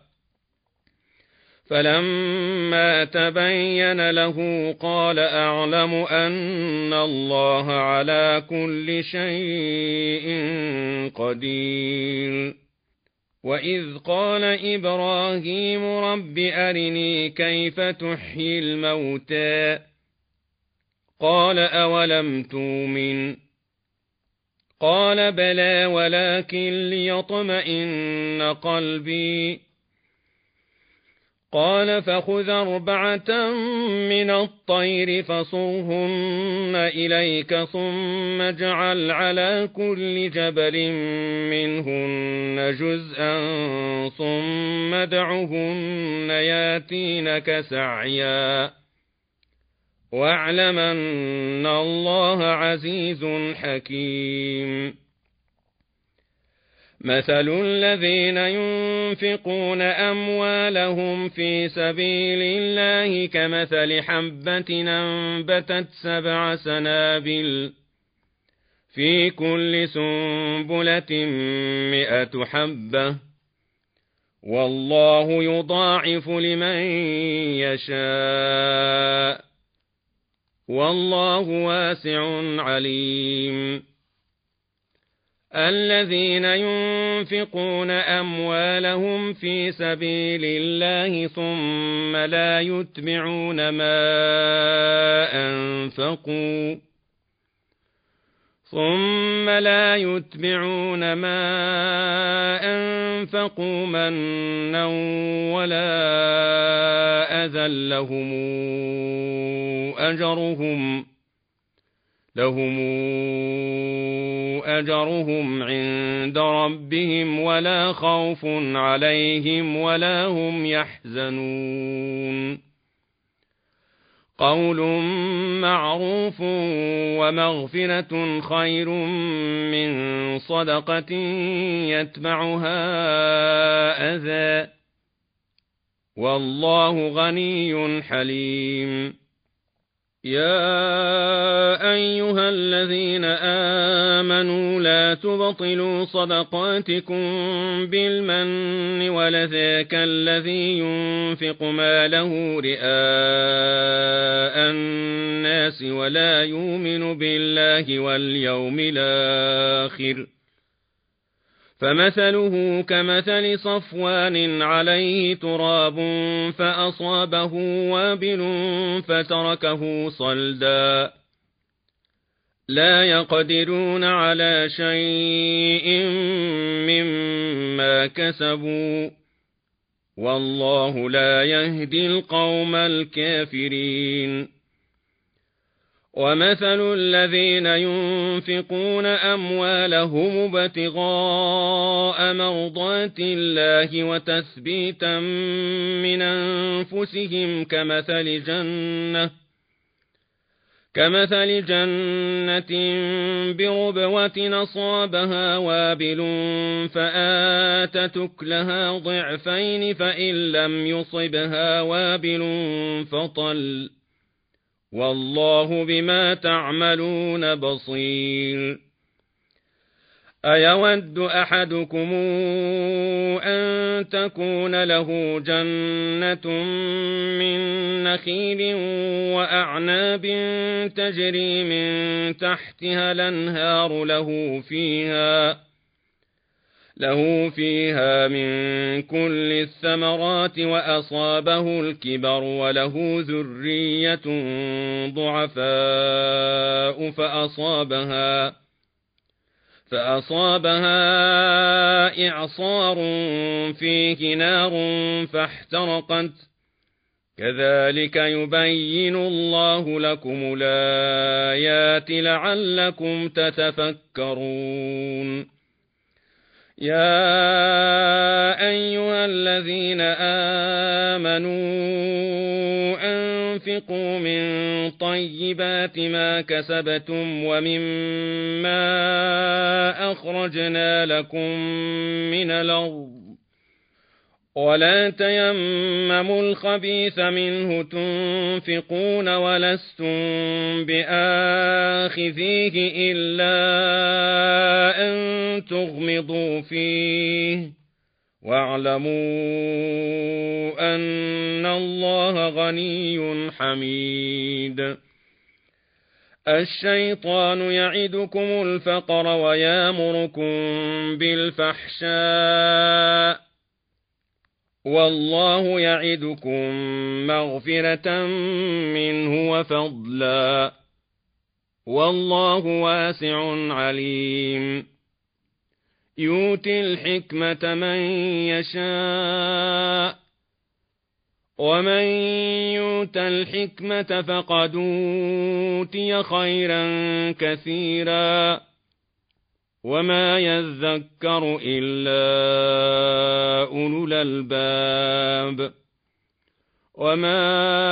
فلما تبين له قال أعلم أن الله على كل شيء قدير. وإذ قال إبراهيم رب أرني كيف تحيي الموتى قال أولم تؤمن قال بلى ولكن ليطمئن قلبي. قال فخذ أربعة من الطير فصرهن إليك ثم اجعل على كل جبل منهن جزءا ثم ادعهن ياتينك سعيا واعلم أن الله عزيز حكيم. مثل الذين ينفقون أموالهم في سبيل الله كمثل حبة أنبتت سبع سنابل في كل سنبلة مئة حبة والله يضاعف لمن يشاء والله واسع عليم. الذين ينفقون أموالهم في سبيل الله ثم لا يتبعون ما أنفقوا ثم لا يتبعون ما أنفقوا منا ولا أذى لهم أجرهم لهم أجرهم عند ربهم ولا خوف عليهم ولا هم يحزنون. قول معروف ومغفرة خير من صدقة يتبعها أذى والله غني حليم. يا أيها الذين آمنوا لا تبطلوا صدقاتكم بالمن والأذى كالذي ينفق ماله رئاء الناس ولا يؤمن بالله واليوم الآخر فمثله كمثل صفوان عليه تراب فأصابه وابل فتركه صلدا لا يقدرون على شيء مما كسبوا والله لا يهدي القوم الكافرين. ومثل الذين ينفقون أموالهم ابتغاء مرضات الله وتثبيتا من أنفسهم كمثل جنة كمثل جنة بربوة أصابها وابل فآتت أكلها ضعفين فإن لم يصبها وابل فطل والله بما تعملون بصير. أيود أحدكم أن تكون له جنة من نخيل وأعناب تجري من تحتها الأنهار له فيها له فيها من كل الثمرات وأصابه الكبر وله ذرية ضعفاء فأصابها فأصابها إعصار فيه نار فاحترقت كذلك يبين الله لكم الآيات لعلكم تتفكرون. يا أيها الذين آمنوا أنفقوا من طيبات ما كسبتم ومما أخرجنا لكم من الأرض ولا تيمموا الخبيث منه تنفقون ولستم بآخذيه إلا أن تغمضوا فيه واعلموا أن الله غني حميد. الشيطان يعدكم الفقر ويامركم بالفحشاء والله يعدكم مغفرة منه وفضلا والله واسع عليم يؤتي الحكمة من يشاء ومن يؤت الحكمة فقد أوتي خيرا كثيرا وما يذكر إلا أولو الألباب وما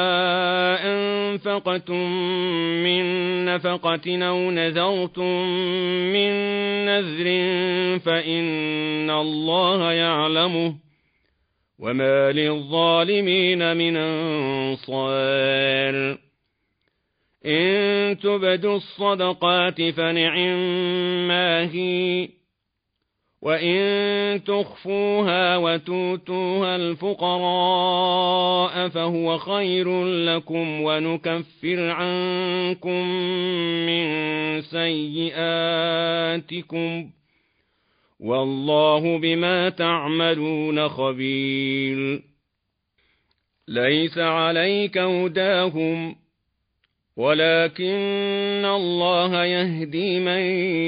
أنفقتم من نفقة أو نذرتم من نذر فإن الله يعلمه وما للظالمين من أنصار إن تبدوا الصدقات فنعما هي وإن تخفوها وتؤتوها الفقراء فهو خير لكم ونكفر عنكم من سيئاتكم والله بما تعملون خبير ليس عليك هداهم ولكن الله يهدي من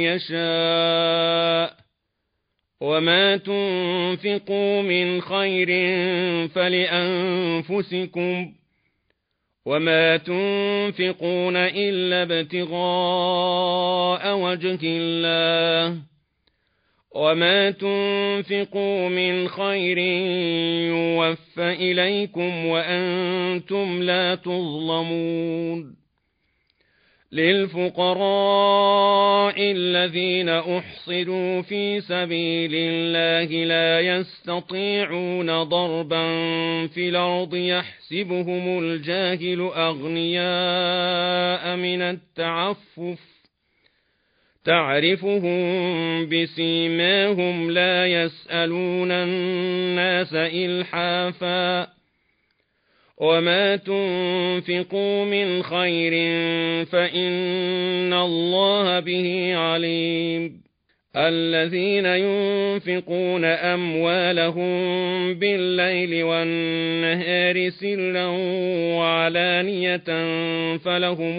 يشاء وما تنفقوا من خير فلأنفسكم وما تنفقون إلا ابتغاء وجه الله وما تنفقوا من خير يوفى إليكم وأنتم لا تظلمون للفقراء الذين أحصروا في سبيل الله لا يستطيعون ضربا في الأرض يحسبهم الجاهل أغنياء من التعفف تعرفهم بسيماهم لا يسألون الناس إلحافا وما تنفقوا من خير فإن الله به عليم الذين ينفقون أموالهم بالليل والنهار سرا وعلانية فلهم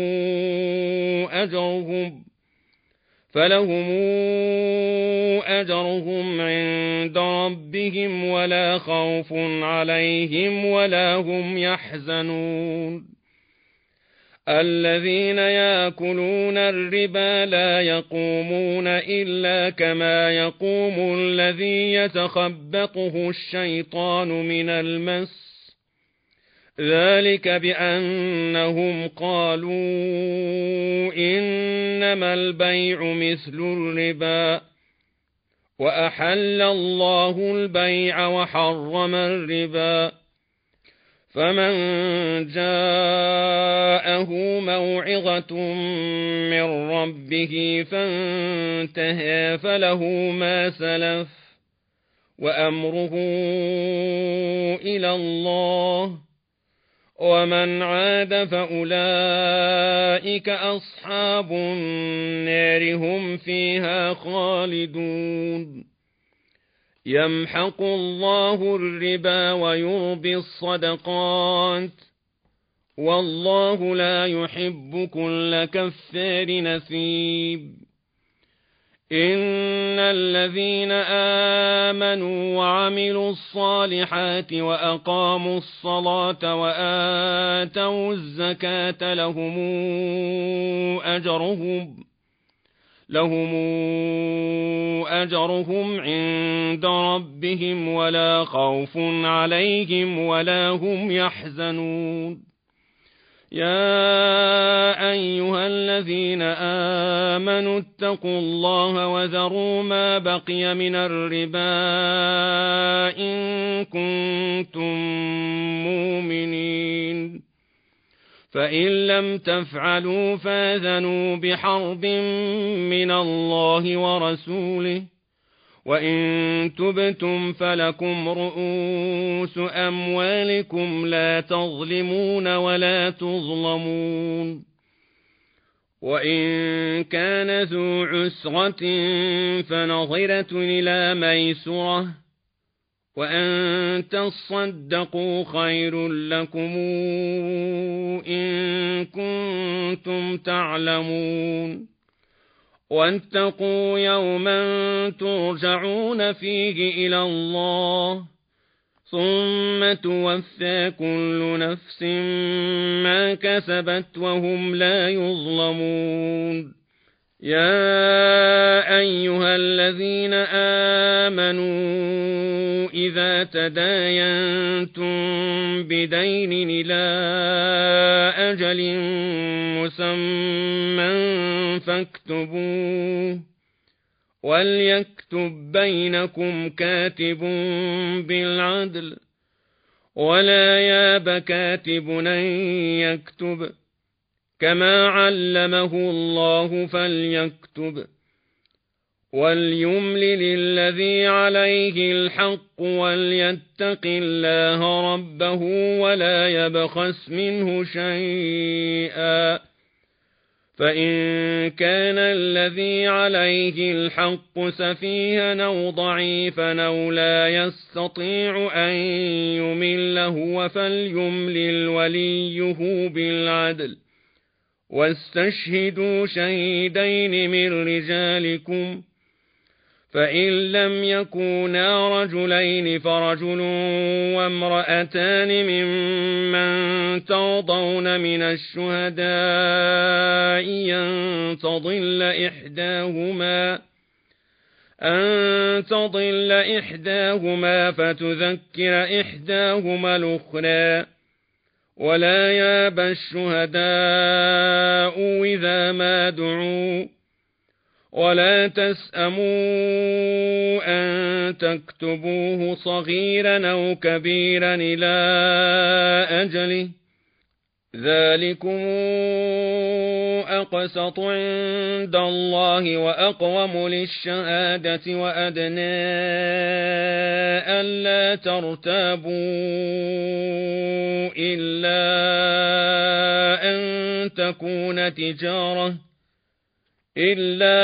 أجرهم فلهم أجرهم عند ربهم ولا خوف عليهم ولا هم يحزنون الذين يأكلون الربا لا يقومون إلا كما يقوم الذي يتخبطه الشيطان من المس ذلك بأنهم قالوا إنما البيع مثل الربا وأحل الله البيع وحرم الربا فمن جاءه موعظة من ربه فانتهى فله ما سلف وأمره إلى الله ومن عاد فأولئك أصحاب النار هم فيها خالدون يمحق الله الربا ويربي الصدقات والله لا يحب كل كفار نثيب إن الذين آمنوا وعملوا الصالحات وأقاموا الصلاة وآتوا الزكاة لهم أجرهم لهم أجرهم عند ربهم ولا خوف عليهم ولا هم يحزنون يا أيها الذين آمنوا اتقوا الله وذروا ما بقي من الربا إن كنتم مؤمنين فإن لم تفعلوا فاذنوا بحرب من الله ورسوله وإن تبتم فلكم رؤوس أموالكم لا تظلمون ولا تظلمون وإن كان ذو عسرة فنظرة إلى ميسرة وأن تصدقوا خير لكم إن كنتم تعلمون واتقوا يوما ترجعون فيه إلى الله ثم توفى كل نفس ما كسبت وهم لا يظلمون يا أيها الذين آمنوا إذا تداينتم بدين إلى أجل مسمى فاكتبوه وليكتب بينكم كاتب بالعدل ولا ياب كاتب أن يكتب كما علمه الله فليكتب وليملل الذي عليه الحق وليتق الله ربه ولا يبخس منه شيئا فإن كان الذي عليه الحق سفيها أو ضعيفا أو لا يستطيع أن يمل هو فليملل وليه بالعدل واستشهدوا شهيدين من رجالكم فإن لم يكونا رجلين فرجل وامرأتان ممن ترضون من الشهداء أن تضل إحداهما أن تضل إحداهما فتذكر إحداهما الأخرى ولا ياب الشهداء إذا ما دعوا ولا تسأموا أن تكتبوه صغيرا أو كبيرا إلى أجله ذلكم أقسط عند الله وأقوم للشهادة وأدنى ألا ترتابوا إلا أن تكون تجارة إلا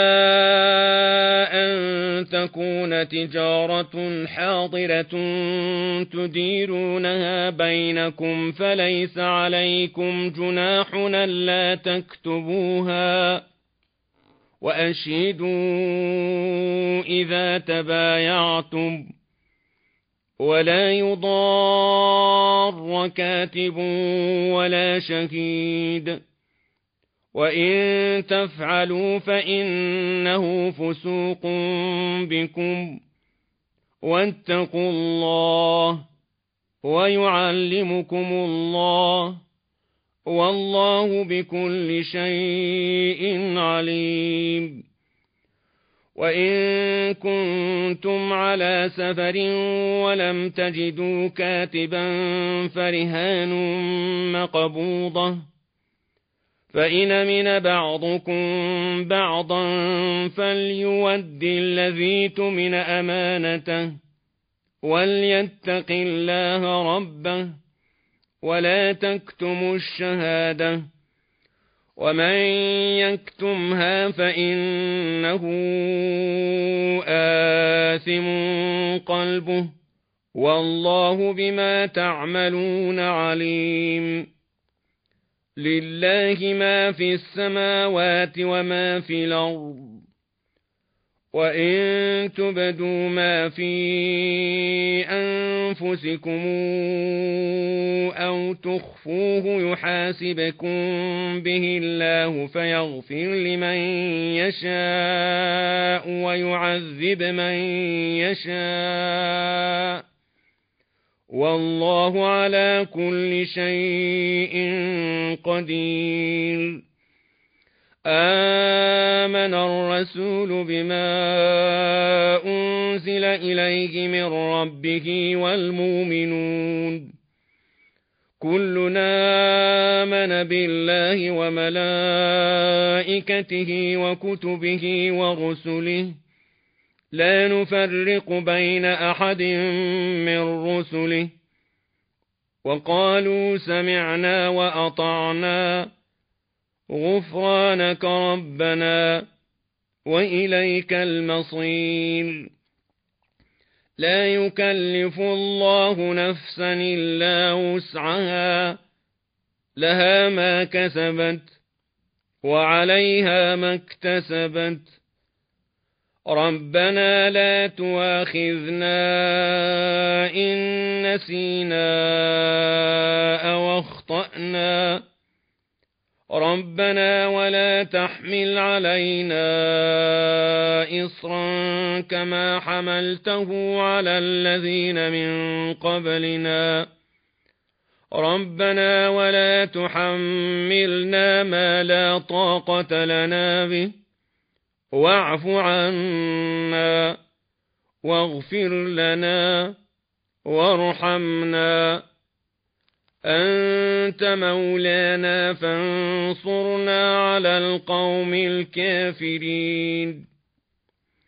أن تكون تجارة حاضرة تديرونها بينكم فليس عليكم جناح ألا تكتبوها وأشهدوا إذا تبايعتم ولا يضار كاتب ولا شهيد وإن تفعلوا فإنه فسوق بكم واتقوا الله ويعلمكم الله والله بكل شيء عليم وإن كنتم على سفر ولم تجدوا كاتبا فرهان مقبوضة فإن أمن بعضكم بعضا فليؤد الذي اؤتمن أمانته وليتق الله ربه ولا تكتموا الشهادة ومن يكتمها فإنه آثم قلبه والله بما تعملون عليم لله ما في السماوات وما في الأرض وإن تبدوا ما في أنفسكم أو تخفوه يحاسبكم به الله فيغفر لمن يشاء ويعذب من يشاء والله على كل شيء قدير آمن الرسول بما أنزل إليه من ربه والمؤمنون كلنا آمن بالله وملائكته وكتبه ورسله لا نفرق بين أحد من رسله وقالوا سمعنا وأطعنا غفرانك ربنا وإليك المصير لا يكلف الله نفسا إلا وسعها، لها ما كسبت وعليها ما اكتسبت. ربنا لا تؤاخذنا إن نسينا أو أخطأنا، ربنا ولا تحمل علينا إصرا كما حملته على الذين من قبلنا، ربنا ولا تحملنا ما لا طاقة لنا به، واعف عنا واغفر لنا وارحمنا، أنت مولانا فانصرنا على القوم الكافرين.